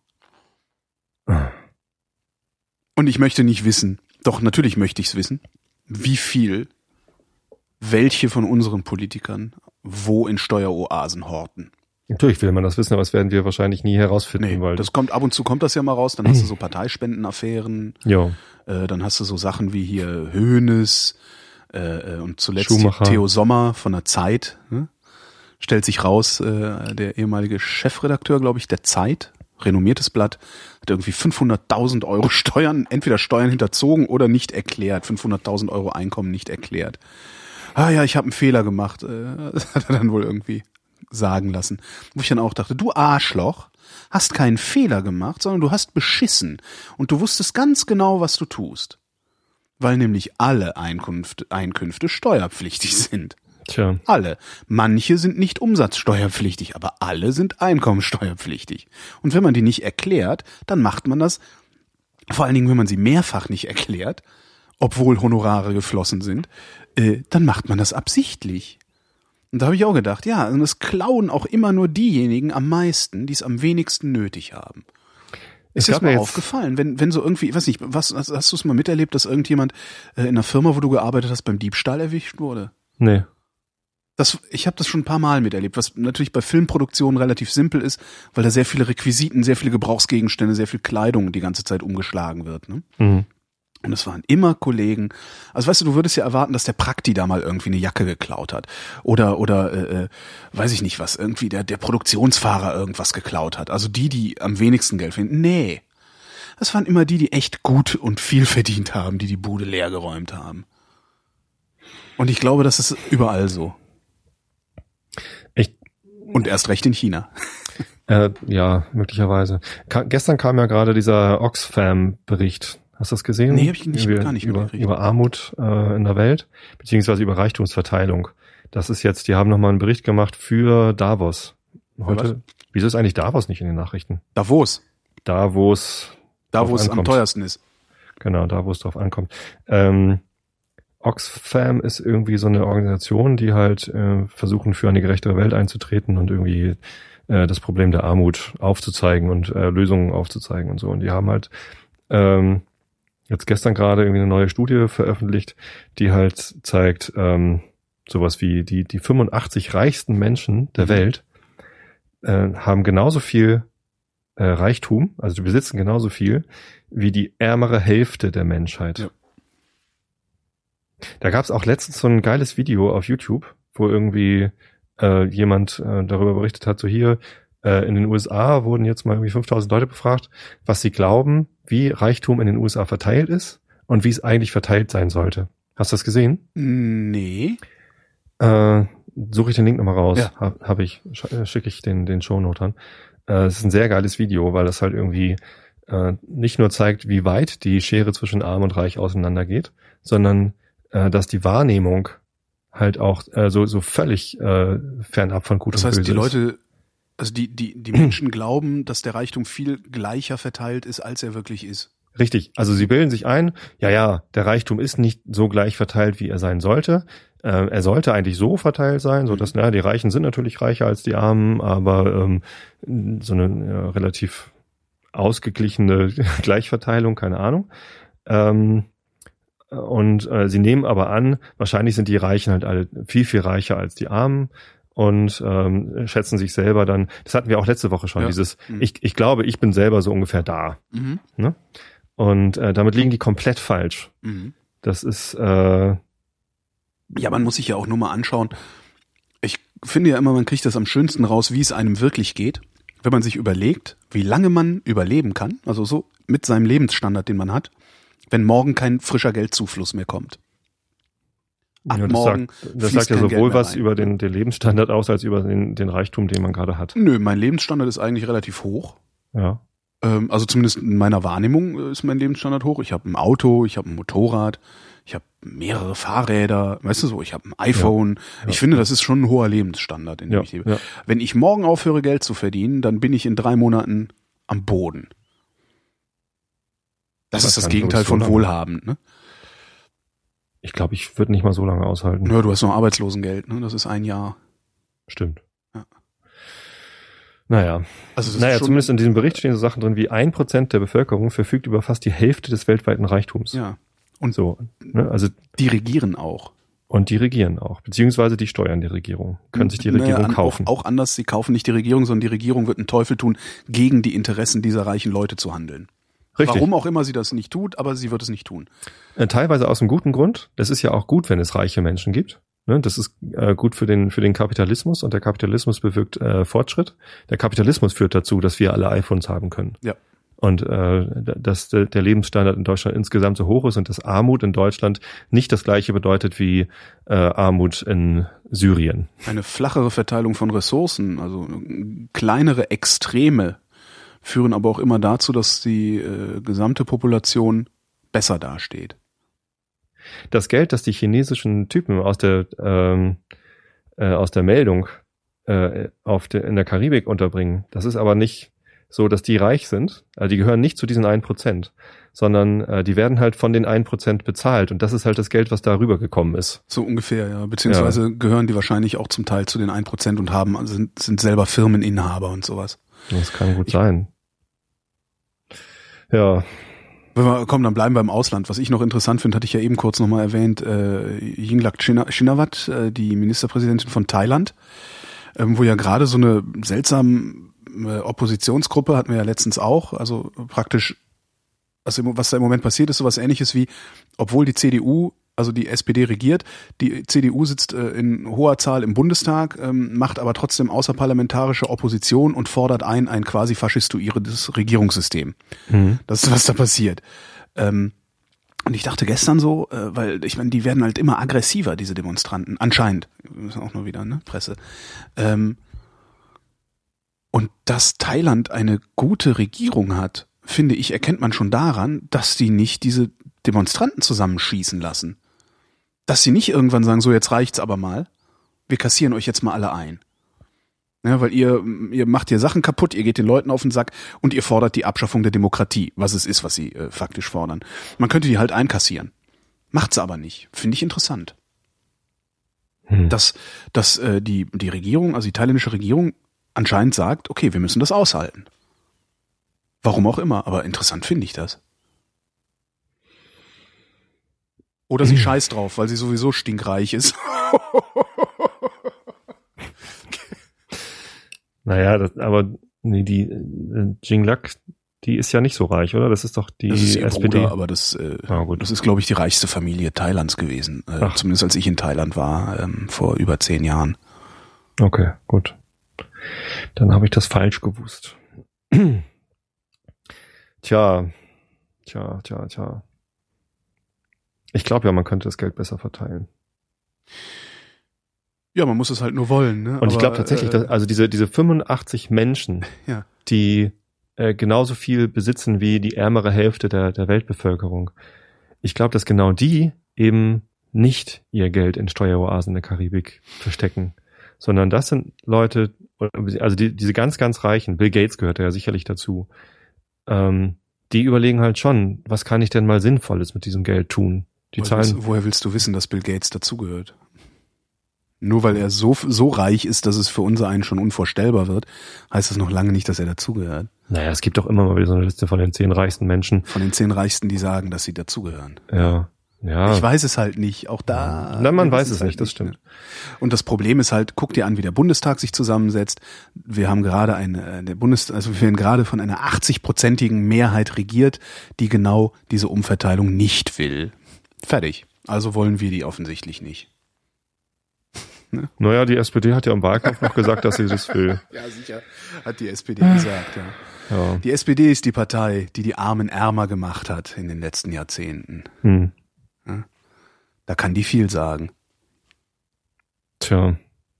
Und ich möchte nicht wissen, doch natürlich möchte ich es wissen, wie viel welche von unseren Politikern wo in Steueroasen horten. Natürlich will man das wissen, aber das werden wir wahrscheinlich nie herausfinden. Nee, weil das kommt ab und zu kommt das ja mal raus, dann hast du so Parteispendenaffären, dann hast du so Sachen wie hier Hoeneß und zuletzt Theo Sommer von der Zeit, ne? Stellt sich raus, der ehemalige Chefredakteur, glaube ich, der Zeit, renommiertes Blatt, hat irgendwie 500.000 Euro Steuern, entweder Steuern hinterzogen oder nicht erklärt, 500.000 Euro Einkommen nicht erklärt. Ah ja, ich habe einen Fehler gemacht, das hat er dann wohl irgendwie sagen lassen. Wo ich dann auch dachte, du Arschloch, hast keinen Fehler gemacht, sondern du hast beschissen. Und du wusstest ganz genau, was du tust. Weil nämlich alle Einkünfte steuerpflichtig sind. Tja. Alle. Manche sind nicht umsatzsteuerpflichtig, aber alle sind einkommensteuerpflichtig. Und wenn man die nicht erklärt, dann macht man das, vor allen Dingen, wenn man sie mehrfach nicht erklärt, obwohl Honorare geflossen sind, dann macht man das absichtlich. Und da habe ich auch gedacht, ja, und es klauen auch immer nur diejenigen am meisten, die es am wenigsten nötig haben. Ist dir das mal aufgefallen, wenn so irgendwie, weiß nicht, was hast du es mal miterlebt, dass irgendjemand in einer Firma, wo du gearbeitet hast, beim Diebstahl erwischt wurde? Nee. Ich habe das schon ein paar Mal miterlebt, was natürlich bei Filmproduktionen relativ simpel ist, weil da sehr viele Requisiten, sehr viele Gebrauchsgegenstände, sehr viel Kleidung die ganze Zeit umgeschlagen wird. Ne? Mhm. Und es waren immer Kollegen. Also weißt du würdest ja erwarten, dass der Prakti da mal irgendwie eine Jacke geklaut hat. Oder weiß ich nicht was, irgendwie der Produktionsfahrer irgendwas geklaut hat. Also die am wenigsten Geld finden. Nee. Das waren immer die echt gut und viel verdient haben, die Bude leer geräumt haben. Und ich glaube, das ist überall so. Und erst recht in China. Ja, möglicherweise. Gestern kam ja gerade dieser Oxfam-Bericht. Hast du das gesehen? Nee, hab ich nicht, gar nicht mitgekriegt. Über Armut in der Welt, beziehungsweise über Reichtumsverteilung. Das ist jetzt, die haben nochmal einen Bericht gemacht für Davos. Heute. Wieso ist eigentlich Davos nicht in den Nachrichten? Davos. Da, wo es am teuersten ist. Genau, da, wo es drauf ankommt. Oxfam ist irgendwie so eine Organisation, die halt versuchen, für eine gerechtere Welt einzutreten und irgendwie das Problem der Armut aufzuzeigen und Lösungen aufzuzeigen und so. Und die haben halt jetzt gestern gerade irgendwie eine neue Studie veröffentlicht, die halt zeigt, sowas wie die 85 reichsten Menschen der Welt haben genauso viel Reichtum, also die besitzen genauso viel wie die ärmere Hälfte der Menschheit. Ja. Da gab es auch letztens so ein geiles Video auf YouTube, wo irgendwie jemand darüber berichtet hat, so hier in den USA wurden jetzt mal irgendwie 5000 Leute befragt, was sie glauben, wie Reichtum in den USA verteilt ist und wie es eigentlich verteilt sein sollte. Hast du das gesehen? Nee. Suche ich den Link nochmal raus. Ja. Schicke ich den Shownote an. Es ist ein sehr geiles Video, weil das halt irgendwie nicht nur zeigt, wie weit die Schere zwischen Arm und Reich auseinandergeht, sondern dass die Wahrnehmung halt auch so völlig fernab von Gut und Böse ist. Das heißt, die Leute, also die Menschen glauben, dass der Reichtum viel gleicher verteilt ist, als er wirklich ist. Richtig, also sie bilden sich ein, ja, der Reichtum ist nicht so gleich verteilt, wie er sein sollte. Er sollte eigentlich so verteilt sein, so dass, die Reichen sind natürlich reicher als die Armen, aber so eine relativ ausgeglichene Gleichverteilung, keine Ahnung. Und sie nehmen aber an, wahrscheinlich sind die Reichen halt alle viel, viel reicher als die Armen und schätzen sich selber dann, das hatten wir auch letzte Woche schon, dieses, ich glaube, ich bin selber so ungefähr da. Mhm. Ne? Und damit liegen die komplett falsch. Mhm. Das ist ja, man muss sich ja auch nur mal anschauen. Ich finde ja immer, man kriegt das am schönsten raus, wie es einem wirklich geht, wenn man sich überlegt, wie lange man überleben kann, also so mit seinem Lebensstandard, den man hat, wenn morgen kein frischer Geldzufluss mehr kommt. Ja, das sagt ja sowohl was über den Lebensstandard aus, als über den Reichtum, den man gerade hat. Nö, mein Lebensstandard ist eigentlich relativ hoch. Ja. Also zumindest in meiner Wahrnehmung ist mein Lebensstandard hoch. Ich habe ein Auto, ich habe ein Motorrad, ich habe mehrere Fahrräder, weißt du so, ich habe ein iPhone. Ja. Ich finde, das ist schon ein hoher Lebensstandard, in dem ich lebe. Ja. Wenn ich morgen aufhöre, Geld zu verdienen, dann bin ich in 3 Monaten am Boden. Das ist das Gegenteil von wohlhabend, ne? Ich glaube, ich würde nicht mal so lange aushalten. Ja, du hast noch Arbeitslosengeld, ne? Das ist 1 Jahr. Stimmt. Ja. Naja, zumindest in diesem Bericht stehen so Sachen drin wie 1% der Bevölkerung verfügt über fast die Hälfte des weltweiten Reichtums. Ja. Und so, ne? Also die regieren auch. Und die regieren auch, beziehungsweise die steuern die Regierung, können sich die Regierung kaufen. Auch anders, sie kaufen nicht die Regierung, sondern die Regierung wird einen Teufel tun, gegen die Interessen dieser reichen Leute zu handeln. Richtig. Warum auch immer sie das nicht tut, aber sie wird es nicht tun. Teilweise aus einem guten Grund. Das ist ja auch gut, wenn es reiche Menschen gibt. Ne? Das ist gut für den Kapitalismus und der Kapitalismus bewirkt Fortschritt. Der Kapitalismus führt dazu, dass wir alle iPhones haben können. Ja. Und dass der Lebensstandard in Deutschland insgesamt so hoch ist und dass Armut in Deutschland nicht das Gleiche bedeutet wie Armut in Syrien. Eine flachere Verteilung von Ressourcen, also kleinere Extreme, führen aber auch immer dazu, dass die gesamte Population besser dasteht. Das Geld, das die chinesischen Typen aus der Meldung in der Karibik unterbringen, das ist aber nicht so, dass die reich sind. Also die gehören nicht zu diesen 1%, sondern die werden halt von den 1% bezahlt. Und das ist halt das Geld, was da rübergekommen ist. So ungefähr, ja. Beziehungsweise gehören die wahrscheinlich auch zum Teil zu den 1% und sind selber Firmeninhaber und sowas. Das kann gut sein. Ja. Dann bleiben wir im Ausland. Was ich noch interessant finde, hatte ich ja eben kurz nochmal erwähnt, Yingluck Shinawatra, die Ministerpräsidentin von Thailand, wo ja gerade so eine seltsame Oppositionsgruppe, hatten wir ja letztens auch, also praktisch, was da im Moment passiert, ist sowas Ähnliches wie, obwohl die CDU, also die SPD regiert, die CDU sitzt in hoher Zahl im Bundestag, macht aber trotzdem außerparlamentarische Opposition und fordert ein quasi faschistoierendes Regierungssystem. Mhm. Das ist, was da passiert. Und ich dachte gestern so, weil ich meine, die werden halt immer aggressiver, diese Demonstranten, anscheinend, das ist auch nur wieder, ne, Presse. Und dass Thailand eine gute Regierung hat, finde ich, erkennt man schon daran, dass die nicht diese Demonstranten zusammenschießen lassen. Dass sie nicht irgendwann sagen, so jetzt reicht's aber mal, wir kassieren euch jetzt mal alle ein. Ja, weil ihr macht hier Sachen kaputt, ihr geht den Leuten auf den Sack und ihr fordert die Abschaffung der Demokratie, was es ist, was sie faktisch fordern. Man könnte die halt einkassieren. Macht's aber nicht. Finde ich interessant. Dass die Regierung, also die thailändische Regierung, anscheinend sagt, okay, wir müssen das aushalten. Warum auch immer, aber interessant finde ich das. Oder sie scheißt drauf, weil sie sowieso stinkreich ist. Naja, die Yingluck, die ist ja nicht so reich, oder? Das ist doch die das ist ihr SPD. Bruder, aber das ist, glaube ich, die reichste Familie Thailands gewesen. Zumindest als ich in Thailand war, vor über 10 Jahren. Okay, gut. Dann habe ich das falsch gewusst. Tja. Ich glaube ja, man könnte das Geld besser verteilen. Ja, man muss es halt nur wollen, ne? Und ich glaube tatsächlich, dass, also diese 85 Menschen, ja, die genauso viel besitzen wie die ärmere Hälfte der Weltbevölkerung. Ich glaube, dass genau die eben nicht ihr Geld in Steueroasen in der Karibik verstecken, sondern das sind Leute, also diese ganz, ganz Reichen, Bill Gates gehört ja sicherlich dazu, die überlegen halt schon, was kann ich denn mal Sinnvolles mit diesem Geld tun? Woher willst du wissen, dass Bill Gates dazugehört? Nur weil er so reich ist, dass es für unser einen schon unvorstellbar wird, heißt das noch lange nicht, dass er dazugehört. Naja, es gibt doch immer mal wieder so eine Liste von den 10 reichsten Menschen. Von den 10 Reichsten, die sagen, dass sie dazugehören. Ja. Ich weiß es halt nicht, auch da. Nein, man weiß es nicht, das stimmt. Und das Problem ist halt, guck dir an, wie der Bundestag sich zusammensetzt. Wir haben gerade wir werden gerade von einer 80-prozentigen Mehrheit regiert, die genau diese Umverteilung nicht will. Fertig. Also wollen wir die offensichtlich nicht. Ne? Naja, die SPD hat ja im Wahlkampf noch gesagt, dass sie das will. Ja, sicher. Hat die SPD gesagt, ja. Die SPD ist die Partei, die die Armen ärmer gemacht hat in den letzten Jahrzehnten. Ja? Da kann die viel sagen. Tja.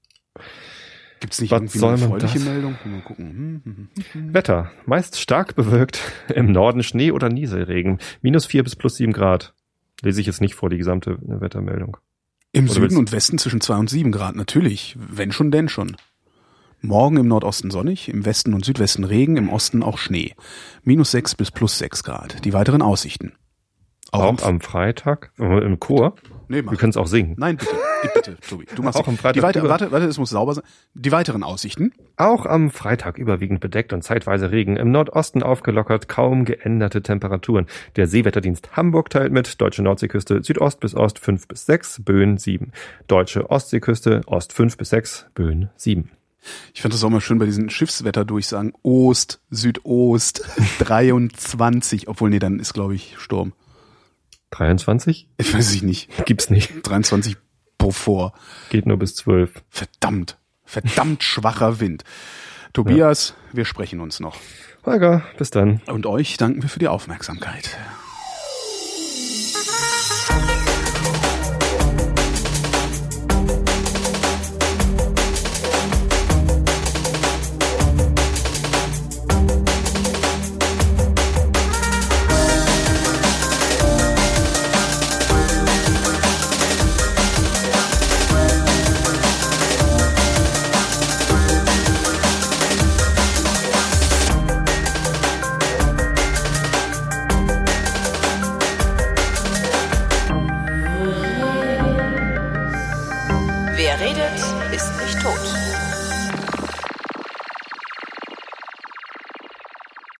Gibt's nicht irgendwie eine erfreuliche Meldung? Mal gucken. Wetter. Meist stark bewölkt. Im Norden Schnee oder Nieselregen. -4 bis +7 Grad. Lese ich jetzt nicht vor, die gesamte Wettermeldung. Im Süden und Westen zwischen 2 und 7 Grad, natürlich. Wenn schon, denn schon. Morgen im Nordosten sonnig, im Westen und Südwesten Regen, im Osten auch Schnee. -6 bis +6 Grad. Die weiteren Aussichten. Auch am Freitag? Im Chor? Nee, wir können es auch singen. Nein, bitte, Tobi. Du machst auch am Freitag. Warte, es muss sauber sein. Die weiteren Aussichten. Auch am Freitag überwiegend bedeckt und zeitweise Regen. Im Nordosten aufgelockert, kaum geänderte Temperaturen. Der Seewetterdienst Hamburg teilt mit: Deutsche Nordseeküste Südost bis Ost 5 bis 6, Böen 7. Deutsche Ostseeküste Ost 5 bis 6, Böen 7. Ich fand das auch mal schön bei diesen Schiffswetterdurchsagen. Ost, Südost, 23. Obwohl, nee, dann ist, glaube ich, Sturm. 23? Ich weiß es nicht. Gibt's nicht. 23 Beaufort. Geht nur bis 12. Verdammt schwacher Wind. Tobias, wir sprechen uns noch. Holger, bis dann. Und euch danken wir für die Aufmerksamkeit. Wer redet, ist nicht tot.